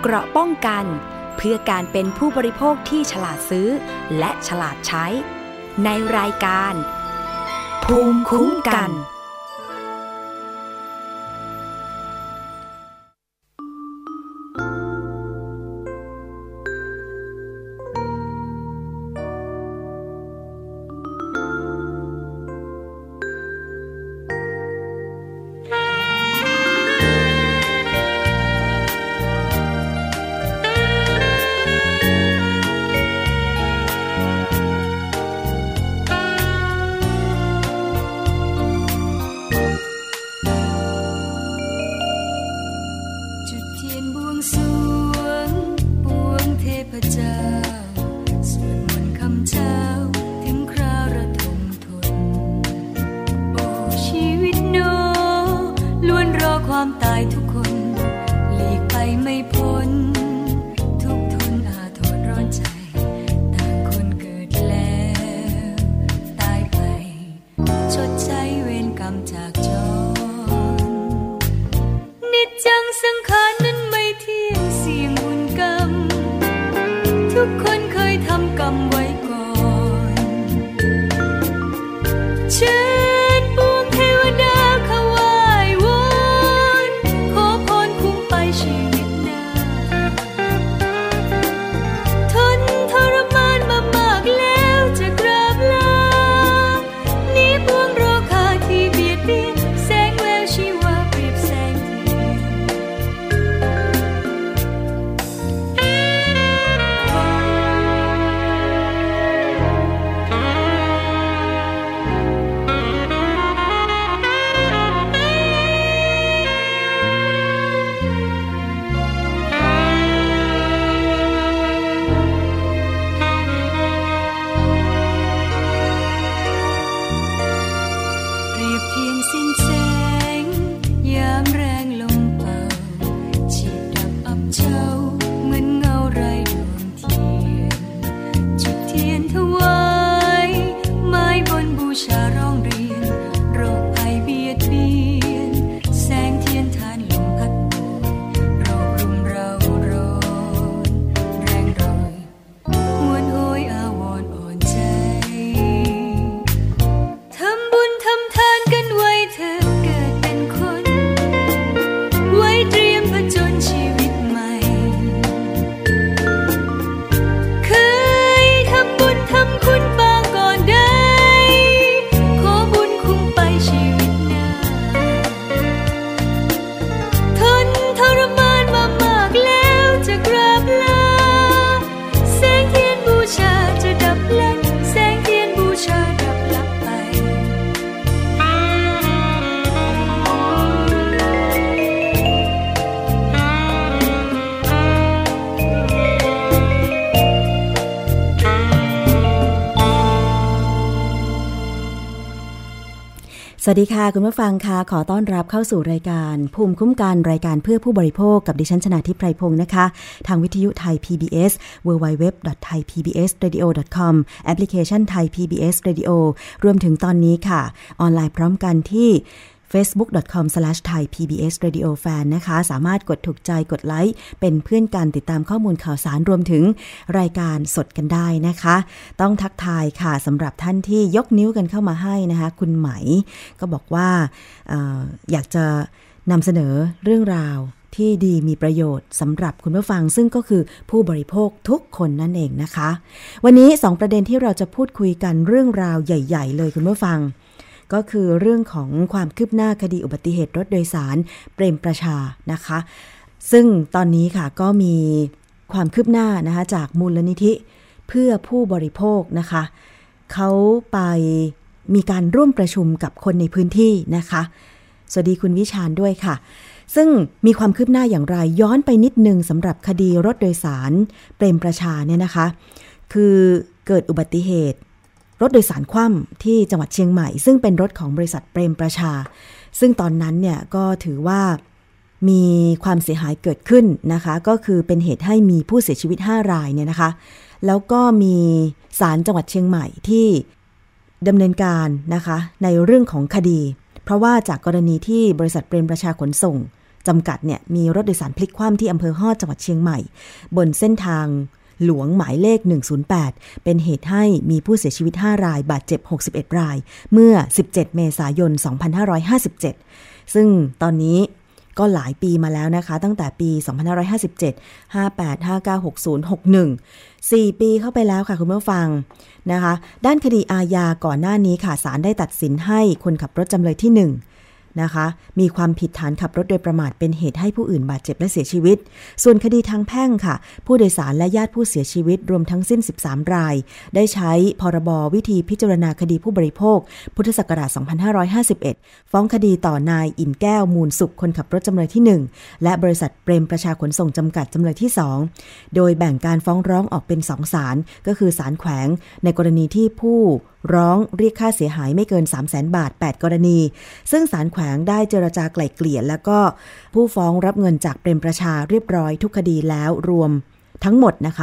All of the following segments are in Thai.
เกราะป้องกันเพื่อการเป็นผู้บริโภคที่ฉลาดซื้อและฉลาดใช้ในรายการภูมิคุ้มกันสวัสดีค่ะคุณผู้ฟังค่ะขอต้อนรับเข้าสู่รายการภูมิคุ้มกันรายการเพื่อผู้บริโภคกับดิฉันชนาธิป ไพรพงศ์นะคะทางวิทยุไทย PBS www.thaipbsradio.com แอปพลิเคชัน Thai PBS Radio รวมถึงตอนนี้ค่ะออนไลน์พร้อมกันที่facebook.com/thaipbsradiofan นะคะสามารถกดถูกใจกดไลค์เป็นเพื่อนกันติดตามข้อมูลข่าวสารรวมถึงรายการสดกันได้นะคะต้องทักทายค่ะสำหรับท่านที่ยกนิ้วกันเข้ามาให้นะคะคุณไหมก็บอกว่าอยากจะนำเสนอเรื่องราวที่ดีมีประโยชน์สำหรับคุณผู้ฟังซึ่งก็คือผู้บริโภคทุกคนนั่นเองนะคะวันนี้2ประเด็นที่เราจะพูดคุยกันเรื่องราวใหญ่ๆเลยคุณผู้ฟังก็คือเรื่องของความคืบหน้าคดีอุบัติเหตุรถโดยสารเปรมประชานะคะซึ่งตอนนี้ค่ะก็มีความคืบหน้านะคะจากมูลนิธิเพื่อผู้บริโภคนะคะเขาไปมีการร่วมประชุมกับคนในพื้นที่นะคะสวัสดีคุณวิชาญด้วยค่ะซึ่งมีความคืบหน้าอย่างไรย้อนไปนิดนึงสำหรับคดีรถโดยสารเปรมประชาเนี่ยนะคะคือเกิดอุบัติเหตุรถโดยสารคว่ำที่จังหวัดเชียงใหม่ซึ่งเป็นรถของบริษัทเปรมประชาซึ่งตอนนั้นเนี่ยก็ถือว่ามีความเสียหายเกิดขึ้นนะคะก็คือเป็นเหตุให้มีผู้เสียชีวิต5รายเนี่ยนะคะแล้วก็มีศาลจังหวัดเชียงใหม่ที่ดำเนินการนะคะในเรื่องของคดีเพราะว่าจากกรณีที่บริษัทเปรมประชาขนส่งจำกัดเนี่ยมีรถโดยสารพลิกคว่ำที่อำเภอฮอดจังหวัดเชียงใหม่บนเส้นทางหลวงหมายเลข108เป็นเหตุให้มีผู้เสียชีวิต5รายบาดเจ็บ61รายเมื่อ17เมษายน2557ซึ่งตอนนี้ก็หลายปีมาแล้วนะคะตั้งแต่ปี2557 58 59 60 61 4ปีเข้าไปแล้วค่ะคุณผู้ฟังนะคะด้านคดีอาญาก่อนหน้านี้ค่ะศาลได้ตัดสินให้คนขับรถจำเลยที่1นะคะมีความผิดฐานขับรถโดยประมาทเป็นเหตุให้ผู้อื่นบาดเจ็บและเสียชีวิตส่วนคดีทางแพ่งค่ะผู้โดยสารและญาติผู้เสียชีวิตรวมทั้งสิ้น13รายได้ใช้พรบวิธีพิจารณาคดีผู้บริโภคพุทธศักราช2551ฟ้องคดีต่อนายอินแก้วมูลสุขคนขับรถจำเลยที่1และบริษัทเปรมประชาขนส่งจำกัดจำเลยที่2โดยแบ่งการฟ้องร้องออกเป็น2ศาลก็คือศาลแขวงในกรณีที่ผู้ร้องเรียกค่าเสียหายไม่เกิน 300,000 บาท8กรณีซึ่งศาลแขวงได้เจรจาไกล่เกลี่ยแล้วก็ผู้ฟ้องรับเงินจากเปรมประชาเรียบร้อยทุกคดีแล้วรวมทั้งหมดนะคะ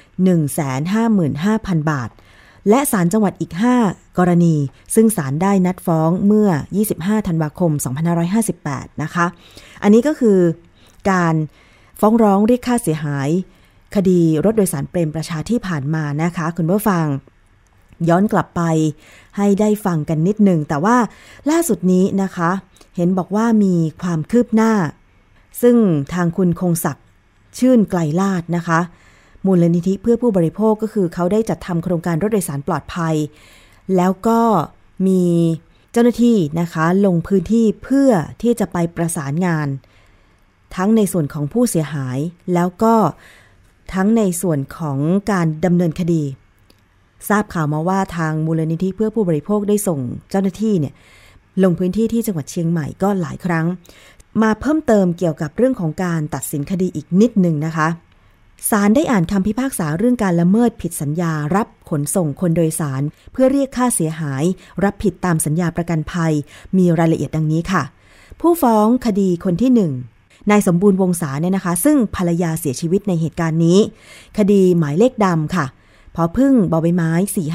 155,000 บาทและศาลจังหวัดอีก5กรณีซึ่งศาลได้นัดฟ้องเมื่อ25ธันวาคม2558นะคะอันนี้ก็คือการฟ้องร้องเรียกค่าเสียหายคดีรถโดยสารเปรมประชาที่ผ่านมานะคะคุณผู้ฟังย้อนกลับไปให้ได้ฟังกันนิดหนึ่งแต่ว่าล่าสุดนี้นะคะเห็นบอกว่ามีความคืบหน้าซึ่งทางคุณคงศักดิ์ชื่นไกลลาภนะคะมูลนิธิเพื่อผู้บริโภคก็คือเขาได้จัดทำโครงการรถโดยสารปลอดภัยแล้วก็มีเจ้าหน้าที่นะคะลงพื้นที่เพื่อที่จะไปประสานงานทั้งในส่วนของผู้เสียหายแล้วก็ทั้งในส่วนของการดำเนินคดีทราบข่าวมาว่าทางมูลนิธิเพื่อผู้บริโภคได้ส่งเจ้าหน้าที่เนี่ยลงพื้นที่ที่จังหวัดเชียงใหม่ก็หลายครั้งมาเพิ่มเติมเกี่ยวกับเรื่องของการตัดสินคดีอีกนิดนึงนะคะศาลได้อ่านคำพิพากษาเรื่องการละเมิดผิดสัญญารับขนส่งคนโดยสารเพื่อเรียกค่าเสียหายรับผิดตามสัญญาประกันภัยมีรายละเอียดดังนี้ค่ะผู้ฟ้องคดีคนที่1นายสมบูรณ์วงศาเนี่ยนะคะซึ่งภรรยาเสียชีวิตในเหตุการณ์นี้คดีหมายเลขดำค่ะพอพึ่งบอใบไม้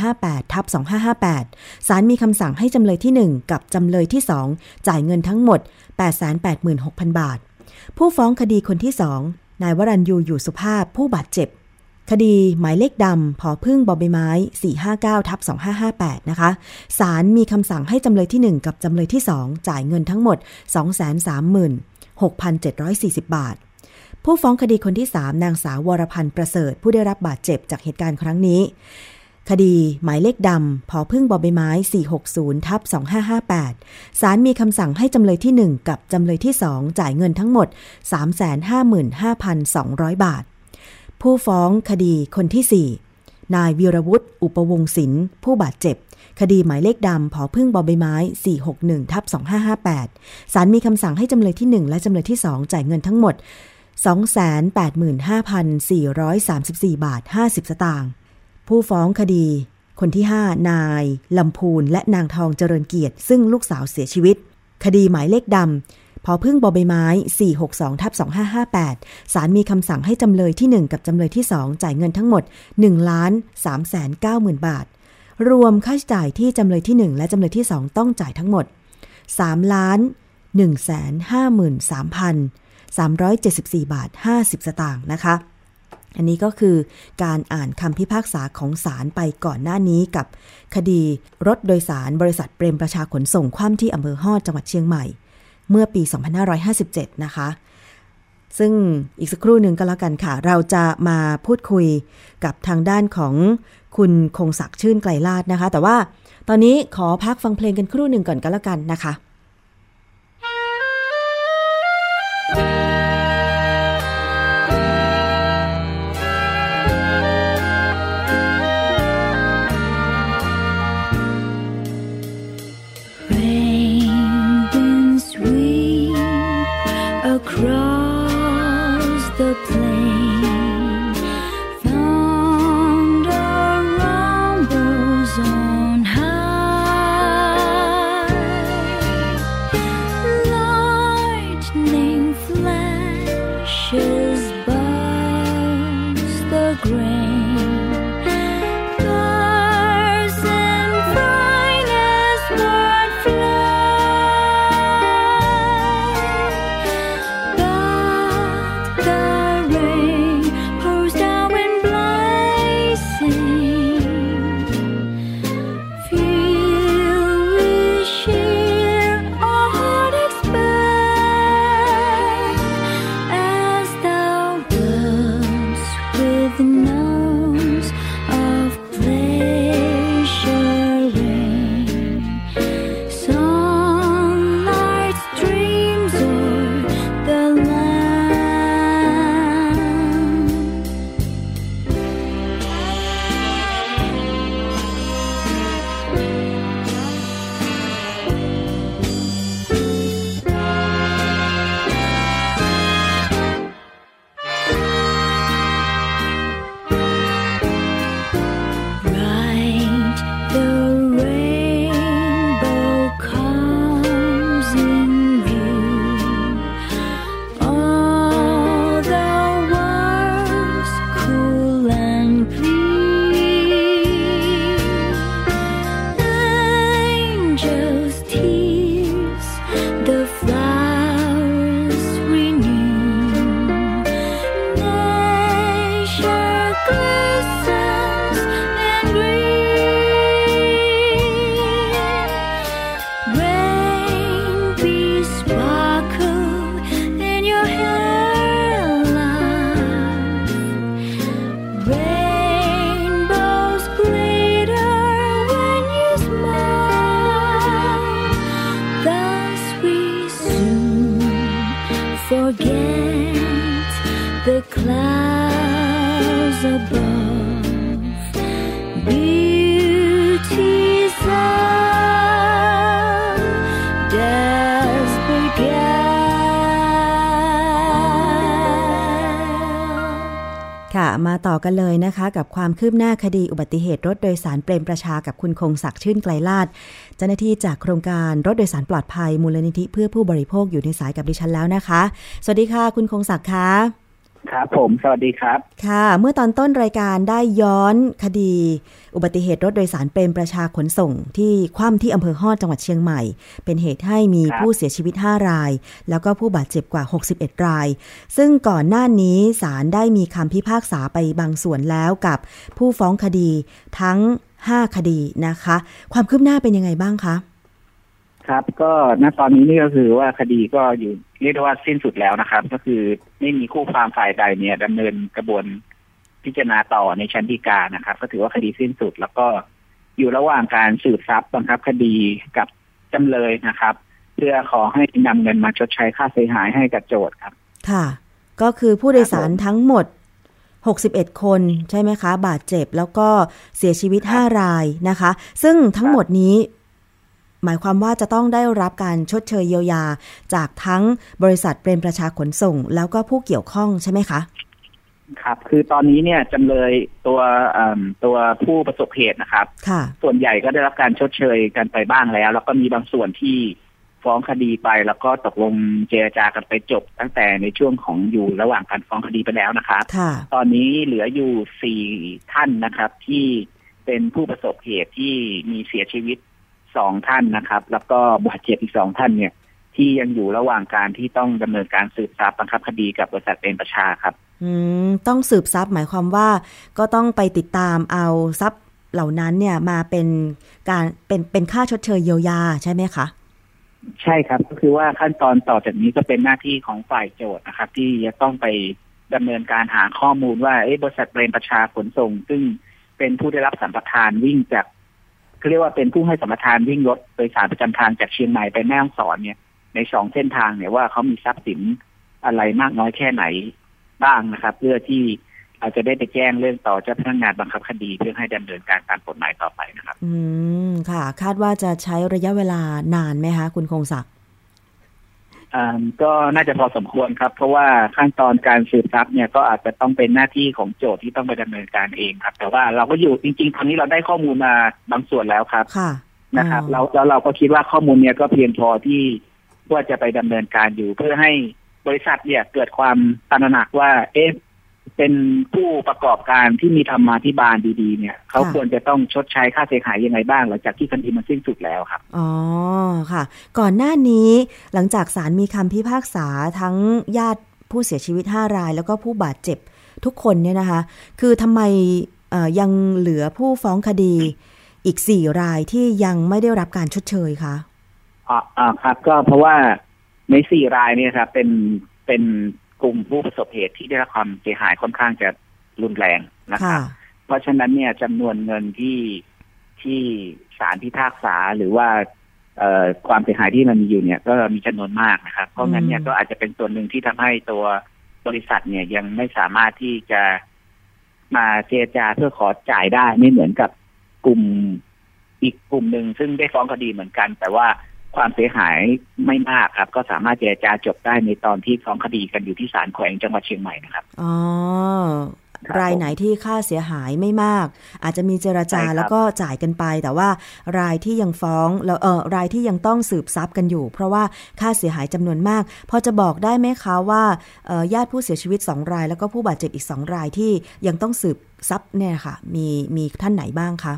458/2558ศาลมีคำสั่งให้จำเลยที่1กับจำเลยที่2จ่ายเงินทั้งหมด 886,000 บาทผู้ฟ้องคดีคนที่2นายวรัญยูอยู่สุภาพผู้บาดเจ็บคดีหมายเลขดำพอพึ่งบอใบไม้459/2558นะคะศาลมีคำสั่งให้จำเลยที่1กับจำเลยที่2จ่ายเงินทั้งหมด 236,740 บาทผู้ฟ้องคดีคนที่3นางสาววรพันธ์ประเสริฐผู้ได้รับบาดเจ็บจากเหตุการณ์ครั้งนี้คดีหมายเลขดำพอพึ่งบอใบไม้460/2558ศาลมีคำสั่งให้จำเลยที่1กับจำเลยที่2จ่ายเงินทั้งหมด 355,200 บาทผู้ฟ้องคดีคนที่4นายวีรวุฒิอุปวงศ์ศิลป์ผู้บาดเจ็บคดีหมายเลขดำผอพึ่งบอใบไม้461/2558ศาลมีคำสั่งให้จำเลยที่1และจำเลยที่2จ่ายเงินทั้งหมด 285,434 บาท50 สตางค์ผู้ฟ้องคดีคนที่5นายลำพูนและนางทองเจริญเกียรติซึ่งลูกสาวเสียชีวิตคดีหมายเลขดำพอพึ่งบอใบไม้462/2558ศาลมีคำสั่งให้จำเลยที่1กับจำเลยที่2จ่ายเงินทั้งหมด 1,390,000 บาทรวมค่าใช้จ่ายที่จำเลยที่1และจำเลยที่2ต้องจ่ายทั้งหมด 3,153,374 บาท50 สตางค์นะคะอันนี้ก็คือการอ่านคำพิพากษาของศาลไปก่อนหน้านี้กับคดีรถโดยสารบริษัทเปรมประชาขนส่งคว่ำที่อำเภอฮอดจังหวัดเชียงใหม่เมื่อปี2557นะคะซึ่งอีกสักครู่หนึ่งก็แล้วกันค่ะเราจะมาพูดคุยกับทางด้านของคุณคงศักดิ์ชื่นไกลลาภนะคะแต่ว่าตอนนี้ขอพักฟังเพลงกันครู่หนึ่งก่อนก็แล้วกันนะคะ Birds the clouds above, beauty's hour does beguile. ค่ะมาต่อกันเลยนะคะกับความคืบหน้าคดีอุบัติเหตุรถโดยสารเปรมประชากับคุณคงศักดิ์ชื่นไกลลาภเจ้าหน้าที่จากโครงการรถโดยสารปลอดภัยมูลนิธิเพื่อผู้บริโภคอยู่ในสายกับดิฉันแล้วนะคะสวัสดีค่ะคุณคงศักดิ์ค่ะครับผมสวัสดีครับค่ะเมื่อตอนต้นรายการได้ย้อนคดีอุบัติเหตุรถโดยสารเปรมประชาขนส่งที่คว่ำที่อำเภอฮอดจังหวัดเชียงใหม่เป็นเหตุให้มีผู้เสียชีวิต5รายแล้วก็ผู้บาดเจ็บกว่า61รายซึ่งก่อนหน้านี้ศาลได้มีคำพิพากษาไปบางส่วนแล้วกับผู้ฟ้องคดีทั้ง5คดีนะคะความคืบหน้าเป็นยังไงบ้างคะครับก็ณตอนนี้นี่ก็คือว่าคดีก็อยู่เรียกว่าสิ้นสุดแล้วนะครับก็คือไม่มีคู่ความฝ่ายใดเนี่ยดำเนินกระบวนพิจารณาต่อในชั้นฎีกานะครับก็ถือว่าคดีสิ้นสุดแล้วก็อยู่ระหว่างการสืบทรัพย์บังคับคดีกับจำเลยนะครับเพื่อขอให้นำเงินมาชดใช้ค่าเสียหายให้กับโจทก์ครับค่ะก็คือผู้โดยสารทั้งหมด61คนใช่ไหมคะบาดเจ็บแล้วก็เสียชีวิต5รายนะคะซึ่งทั้งหมดนี้หมายความว่าจะต้องได้รับการชดเชยเยียวยาจากทั้งบริษัทเปรมประชาขนส่งแล้วก็ผู้เกี่ยวข้องใช่ไหมคะครับคือตอนนี้เนี่ยจำเลยตัวผู้ประสบเหตุนะครับส่วนใหญ่ก็ได้รับการชดเชยกันไปบ้างแล้วก็มีบางส่วนที่ฟ้องคดีไปแล้วก็ตกลงเจรจากันไปจบตั้งแต่ในช่วงของอยู่ระหว่างการฟ้องคดีไปแล้วนะครับตอนนี้เหลืออยู่4ท่านนะครับที่เป็นผู้ประสบเหตุที่มีเสียชีวิต2ท่านนะครับแล้วก็บาดเจ็บอีก2ท่านเนี่ยที่ยังอยู่ระหว่างการที่ต้องดำเนินการสืบทรัพย์บังคับคดีกับบริษัทเปรมประชาครับต้องสืบทรัพย์หมายความว่าก็ต้องไปติดตามเอาทรัพย์เหล่านั้นเนี่ยมาเป็นการเป็นค่าชดเชยเยียวยาใช่ไหมคะใช่ครับก็คือว่าขั้นตอนต่อจากนี้ก็เป็นหน้าที่ของฝ่ายโจทก์นะครับที่จะต้องไปดำเนินการหาข้อมูลว่าบริษัทเปรมประชาขนส่งซึ่งเป็นผู้ได้รับสัมปทานวิ่งจากเขาเรียกว่าเป็นผู้ให้สัมปทานวิ่งรถโดยสารประจำทางจากเชียงใหม่ไปแม่ฮ่องสอนเนี่ยใน2เส้นทางเนี่ยว่าเขามีทรัพย์สินอะไรมากน้อยแค่ไหนบ้างนะครับเพื่อที่เราจะได้ไปแจ้งเรื่องต่อเจ้าพนักงานบังคับคดีเพื่อให้ดำเนินการตามกฎหมายต่อไปนะครับค่ะคาดว่าจะใช้ระยะเวลานานไหมคะคุณคงศักดิ์ก็น่าจะพอสมควรครับเพราะว่าขั้นตอนการสืบทรัพย์เนี่ยก็อาจจะต้องเป็นหน้าที่ของโจทก์ที่ต้องไปดำเนินการเองครับแต่ว่าเราก็อยู่จริงๆตอนนี้เราได้ข้อมูลมาบางส่วนแล้วครับนะครับแล้วเราก็คิดว่าข้อมูลเนี่ยก็เพียงพอที่ว่าจะไปดำเนินการอยู่เพื่อให้บริษัทเนี่ยเกิดความตระหนักว่าเป็นผู้ประกอบการที่มีธรรมาภิบาลดีๆเนี่ยเขาควรจะต้องชดใช้ค่าเสียหายยังไงบ้างหลังจากที่คดีมันสิ้นสุดแล้วครับอ๋อค่ะก่อนหน้านี้หลังจากศาลมีคำพิพากษาทั้งญาติผู้เสียชีวิต5รายแล้วก็ผู้บาดเจ็บทุกคนเนี่ยนะคะคือทำไมยังเหลือผู้ฟ้องคดีอีก4รายที่ยังไม่ได้รับการชดเชยคะครับก็เพราะว่าใน4รายเนี่ยครับเป็นกลุ่มผู้ประสบเหตุที่ได้รับความเสียหายค่อนข้างจะรุนแรงนะครับเพราะฉะนั้นเนี่ยจำนวนเงินที่ศาลพิพากษาหรือว่าความเสียหายที่มันมีอยู่เนี่ยก็มีจำนวนมากนะครับเพราะงั้นเนี่ยก็อาจจะเป็นส่วนหนึ่งที่ทำให้ตัวบริษัทเนี่ยยังไม่สามารถที่จะมาเจรจาเพื่อขอจ่ายได้ไม่เหมือนกับกลุ่มอีกกลุ่มหนึ่งซึ่งได้ฟ้องคดีเหมือนกันแต่ว่าความเสียหายไม่มากครับก็สามารถเจรจาจบได้ในตอนที่ฟ้องคดีกันอยู่ที่ศาลแขวงจังหวัดเชียงใหม่นะครับอ๋อรายไหนที่ค่าเสียหายไม่มากอาจจะมีเจรจาแล้วก็จ่ายกันไปแต่ว่ารายที่ยังฟ้องแล้วรายที่ยังต้องสืบทรัพย์กันอยู่เพราะว่าค่าเสียหายจำนวนมากพอจะบอกได้ไหมคะว่าญาติผู้เสียชีวิต2รายแล้วก็ผู้บาดเจ็บอีก2รายที่ยังต้องสืบทรัพย์เนี่ยค่ะมีท่านไหนบ้างคะ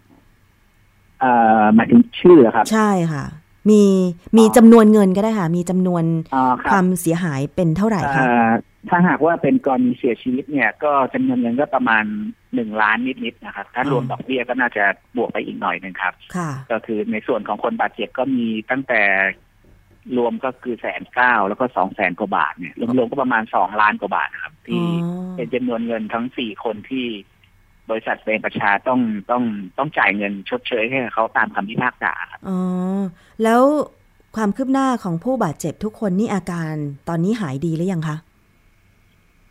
หมายถึงชื่อครับใช่ค่ะมีจำนวนเงินก็ได้ค่ะมีจำนวนความเสียหายเป็นเท่าไหร่คะถ้าหากว่าเป็นกรณีเสียชีวิตเนี่ยก็จำนวนเงินก็ประมาณ1 ล้านนิดๆนะครับถ้ารวมดอกเบี้ยก็น่าจะบวกไปอีกหน่อยนึงครับก็คือในส่วนของคนบาดเจ็บก็มีตั้งแต่รวมก็คือ190,000แล้วก็200,000 กว่าบาทเนี่ยรวมๆก็ประมาณ2 ล้านกว่าบาทครับที่เป็นจำนวนเงินทั้ง4คนที่บริษัทเปรมประชาต้องจ่ายเงินชดเชยให้เขาตามคำพิพากษาครับอ๋อแล้วความคืบหน้าของผู้บาดเจ็บทุกคนนี่อาการตอนนี้หายดีหรือยังคะ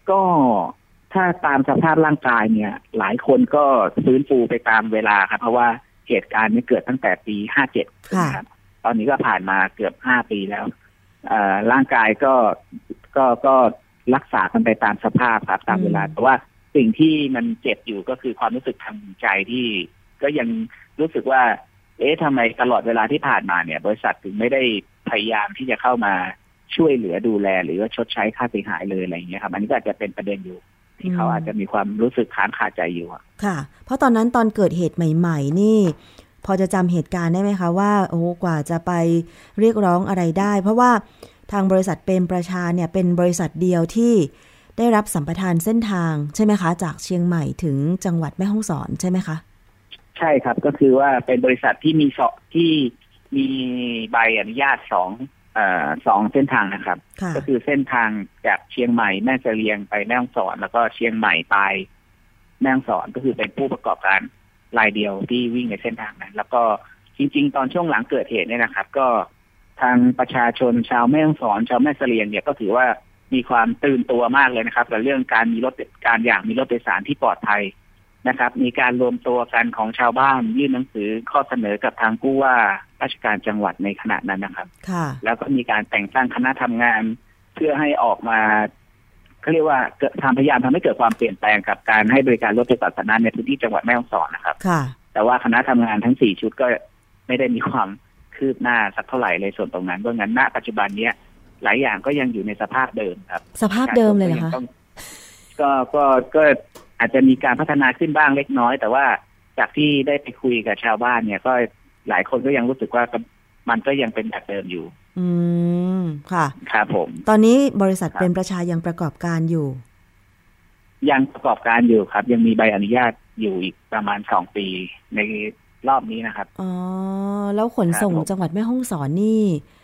ก็ถ้าตามสภาพร่างกายเนี่ยหลายคนก็ฟื้นฟูไปตามเวลาครับเพราะว่าเหตุการณ์นี้เกิดตั้งแต่ปี57นะครับตอนนี้ก็ผ่านมาเกือบ5 ปีแล้วร่างกายก็รักษากันไปตามสภาพครับตามเวลาแต่ว่าสิ่งที่มันเจ็บอยู่ก็คือความรู้สึกทางใจที่ก็ยังรู้สึกว่าทำไมตลอดเวลาที่ผ่านมาเนี่ยบริษัทถึงไม่ได้พยายามที่จะเข้ามาช่วยเหลือดูแลหรือว่าชดใช้ค่าเสียหายเลยอะไรอย่างเงี้ยครับอันนี้ก็อาจจะเป็นประเด็นอยู่ที่เขาอาจจะมีความรู้สึกค้างคาใจอยู่ค่ะเพราะตอนนั้นตอนเกิดเหตุใหม่ๆนี่พอจะจำเหตุการณ์ได้ไหมคะว่ากว่าจะไปเรียกร้องอะไรได้เพราะว่าทางบริษัทเปรมประชาเนี่ยเป็นบริษัทเดียวที่ได้รับสัมปทานเส้นทางใช่ไหมคะจากเชียงใหม่ถึงจังหวัดแม่ฮ่องสอนใช่ไหมคะใช่ครับก็คือว่าเป็นบริษัทที่มีใบอนุญาตสองเส้นทางนะครับก็คือเส้นทางจากเชียงใหม่แม่เสลียงไปแม่ฮ่องสอนแล้วก็เชียงใหม่ไปแม่ฮ่องสอนก็คือเป็นผู้ประกอบการรายเดียวที่วิ่งในเส้นทางนั้นแล้วก็จริงๆตอนช่วงหลังเกิดเหตุเนี่ยนะครับก็ทางประชาชนชาวแม่ฮ่องสอนชาวแม่เสลียงเนี่ยก็ถือว่ามีความตื่นตัวมากเลยนะครับกับเรื่องการมีรถโดยสารที่ปลอดภัยนะครับมีการรวมตัวกันของชาวบ้านยื่นหนังสือข้อเสนอกับทางผู้ว่าราชการจังหวัดในขณะนั้นนะครับแล้วก็มีการแต่งตั้งคณะทำงานเพื่อให้ออกมาเขาเรียกว่าพยายามทำให้เกิดความเปลี่ยนแปลงกับการให้บริการรถโดยสารสาธารณะในพื้นที่จังหวัดแม่ฮ่องสอนนะครับแต่ว่าคณะทำงานทั้ง4ชุดก็ไม่ได้มีความคืบหน้าสักเท่าไหร่เลยส่วนตรงนั้นเพราะงั้นณปัจจุบันนี้หลายอย่างก็ยังอยู่ในสภาพเดิมครับสภาพเดิมเลยเหรอคะก็อาจจะมีการพัฒนาขึ้นบ้างเล็กน้อยแต่ว่าจากที่ได้ไปคุยกับชาวบ้านเนี่ยก็หลายคนก็ยังรู้สึกว่ามันก็ยังเป็นแบบเดิมอยู่ค่ะครับผมตอนนี้บริษัทเป็นประชายังประกอบการอยู่ยังประกอบการอยู่ครับยังมีใบอนุญาตอยู่อีกประมาณ2 ปีในรอบนี้นะครับแล้วขนส่งจังหวัดแม่ฮ่องสอนนี่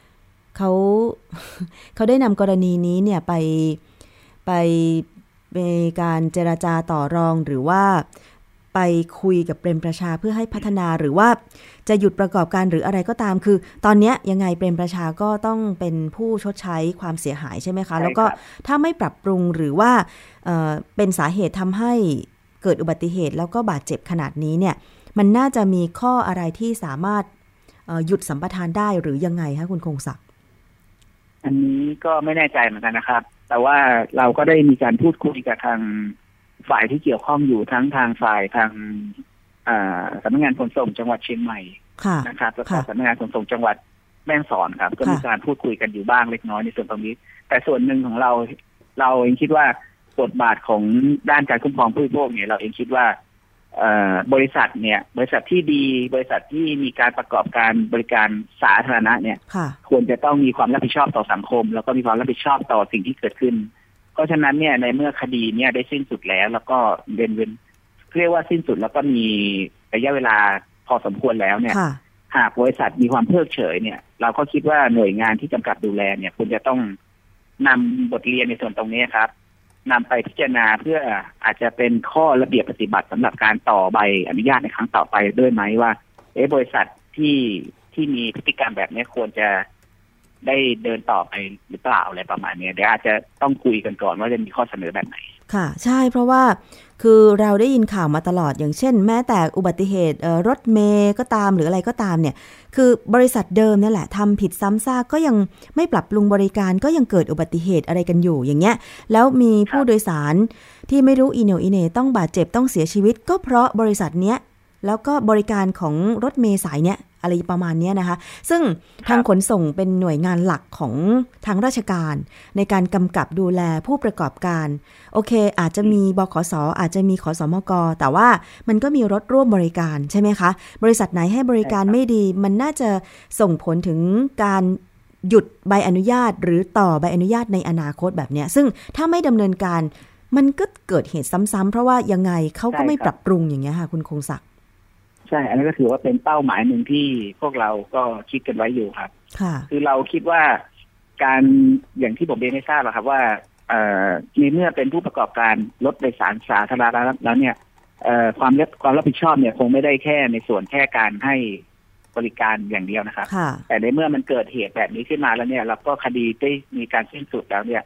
เขาได้นำกรณีนี้เนี่ยไปการเจรจาต่อรองหรือว่าไปคุยกับเปรมประชาเพื่อให้พัฒนาหรือว่าจะหยุดประกอบการหรืออะไรก็ตามคือตอนนี้ยังไงเปรมประชาก็ต้องเป็นผู้ชดใช้ความเสียหายใช่ไหมคะแล้วก็ถ้าไม่ปรับปรุงหรือว่าเป็นสาเหตุทำให้เกิดอุบัติเหตุแล้วก็บาดเจ็บขนาดนี้เนี่ยมันน่าจะมีข้ออะไรที่สามารถหยุดสัมปทานได้หรือยังไงคะคุณคงศักดิ์อันนี้ก็ไม่แน่ใจเหมือนกันนะครับแต่ว่าเราก็ได้มีการพูดคุยกับทางฝ่ายที่เกี่ยวข้องอยู่ทั้งทางฝ่ายทางสำนักงานขนส่งจังหวัดเชียงใหม่นะครับแล้วก็สำนักงานขนส่งจังหวัดแม่ฮ่องสอนครับก็มีการพูดคุยกันอยู่บ้างเล็กน้อยในส่วนตรงนี้แต่ส่วนหนึ่งของเราเองคิดว่าบทบาทของด้านการคุ้มครองผู้บริโภคเนี่ยเราเองคิดว่าบริษัทที่ดีบริษัทที่มีการประกอบการบริการสาธารณะเนี่ยควรจะต้องมีความรับผิดชอบต่อสังคมแล้วก็มีความรับผิดชอบต่อสิ่งที่เกิดขึ้นเพราะฉะนั้นเนี่ยในเมื่อคดีเนี่ยได้สิ้นสุดแล้วก็เรียกว่าสิ้นสุดแล้วก็มีระยะเวลาพอสมควรแล้วเนี่ยหากบริษัทมีความเพิกเฉยเนี่ยเราก็คิดว่าหน่วยงานที่กำกับดูแลเนี่ยควรจะต้องนำบทเรียนในส่วนตรงนี้ครับนำไปพิจารณาเพื่ออาจจะเป็นข้อระเบียบปฏิบัติสำหรับการต่อใบอนุญาตในครั้งต่อไปด้วยไหมว่าบริษัทที่มีพฤติกรรมแบบนี้ควรจะได้เดินต่อไปหรือเปล่าอะไรประมาณนี้เดี๋ยวอาจจะต้องคุยกันก่อนว่าจะมีข้อเสนอแบบไหนค่ะใช่เพราะว่าคือเราได้ยินข่าวมาตลอดอย่างเช่นแม้แต่อุบัติเหตุรถเมล์ก็ตามหรืออะไรก็ตามเนี่ยคือบริษัทเดิมนั่นแหละทำผิดซ้ำซากก็ยังไม่ปรับปรุงบริการก็ยังเกิดอุบัติเหตุอะไรกันอยู่อย่างเงี้ยแล้วมีผู้โดยสารที่ไม่รู้อีโหน่อีเหน่ต้องบาดเจ็บต้องเสียชีวิตก็เพราะบริษัทเนี้ยแล้วก็บริการของรถเมล์สายเนี้ยอะไรประมาณนี้นะคะซึ่งทางขนส่งเป็นหน่วยงานหลักของทางราชการในการกำกับดูแลผู้ประกอบการโอเคอาจจะมีบขส.อาจจะมีขสมก.แต่ว่ามันก็มีรถร่วมบริการใช่ไหมคะบริษัทไหนให้บริการไม่ดีมันน่าจะส่งผลถึงการหยุดใบอนุญาตหรือต่อใบอนุญาตในอนาคตแบบนี้ซึ่งถ้าไม่ดำเนินการมันก็เกิดเหตุซ้ำๆเพราะว่ายังไงเขาก็ไม่ปรับปรุงอย่างเงี้ยค่ะคุณคงศักดิ์ใช่อันนี้ก็ถือว่าเป็นเป้าหมายหนึ่งที่พวกเราก็คิดกันไว้อยู่ครับคือเราคิดว่าการอย่างที่ผมเรียนให้ทราบครับว่าในเมื่อเป็นผู้ประกอบการรถโดยสารสาธารณะแล้วเนี่ยความรับผิดชอบเนี่ยคงไม่ได้แค่ในส่วนแค่การให้บริการอย่างเดียวนะครับแต่ในเมื่อมันเกิดเหตุแบบนี้ขึ้นมาแล้วเนี่ยเราก็คดีได้มีการสิ้นสุดแล้วเนี่ย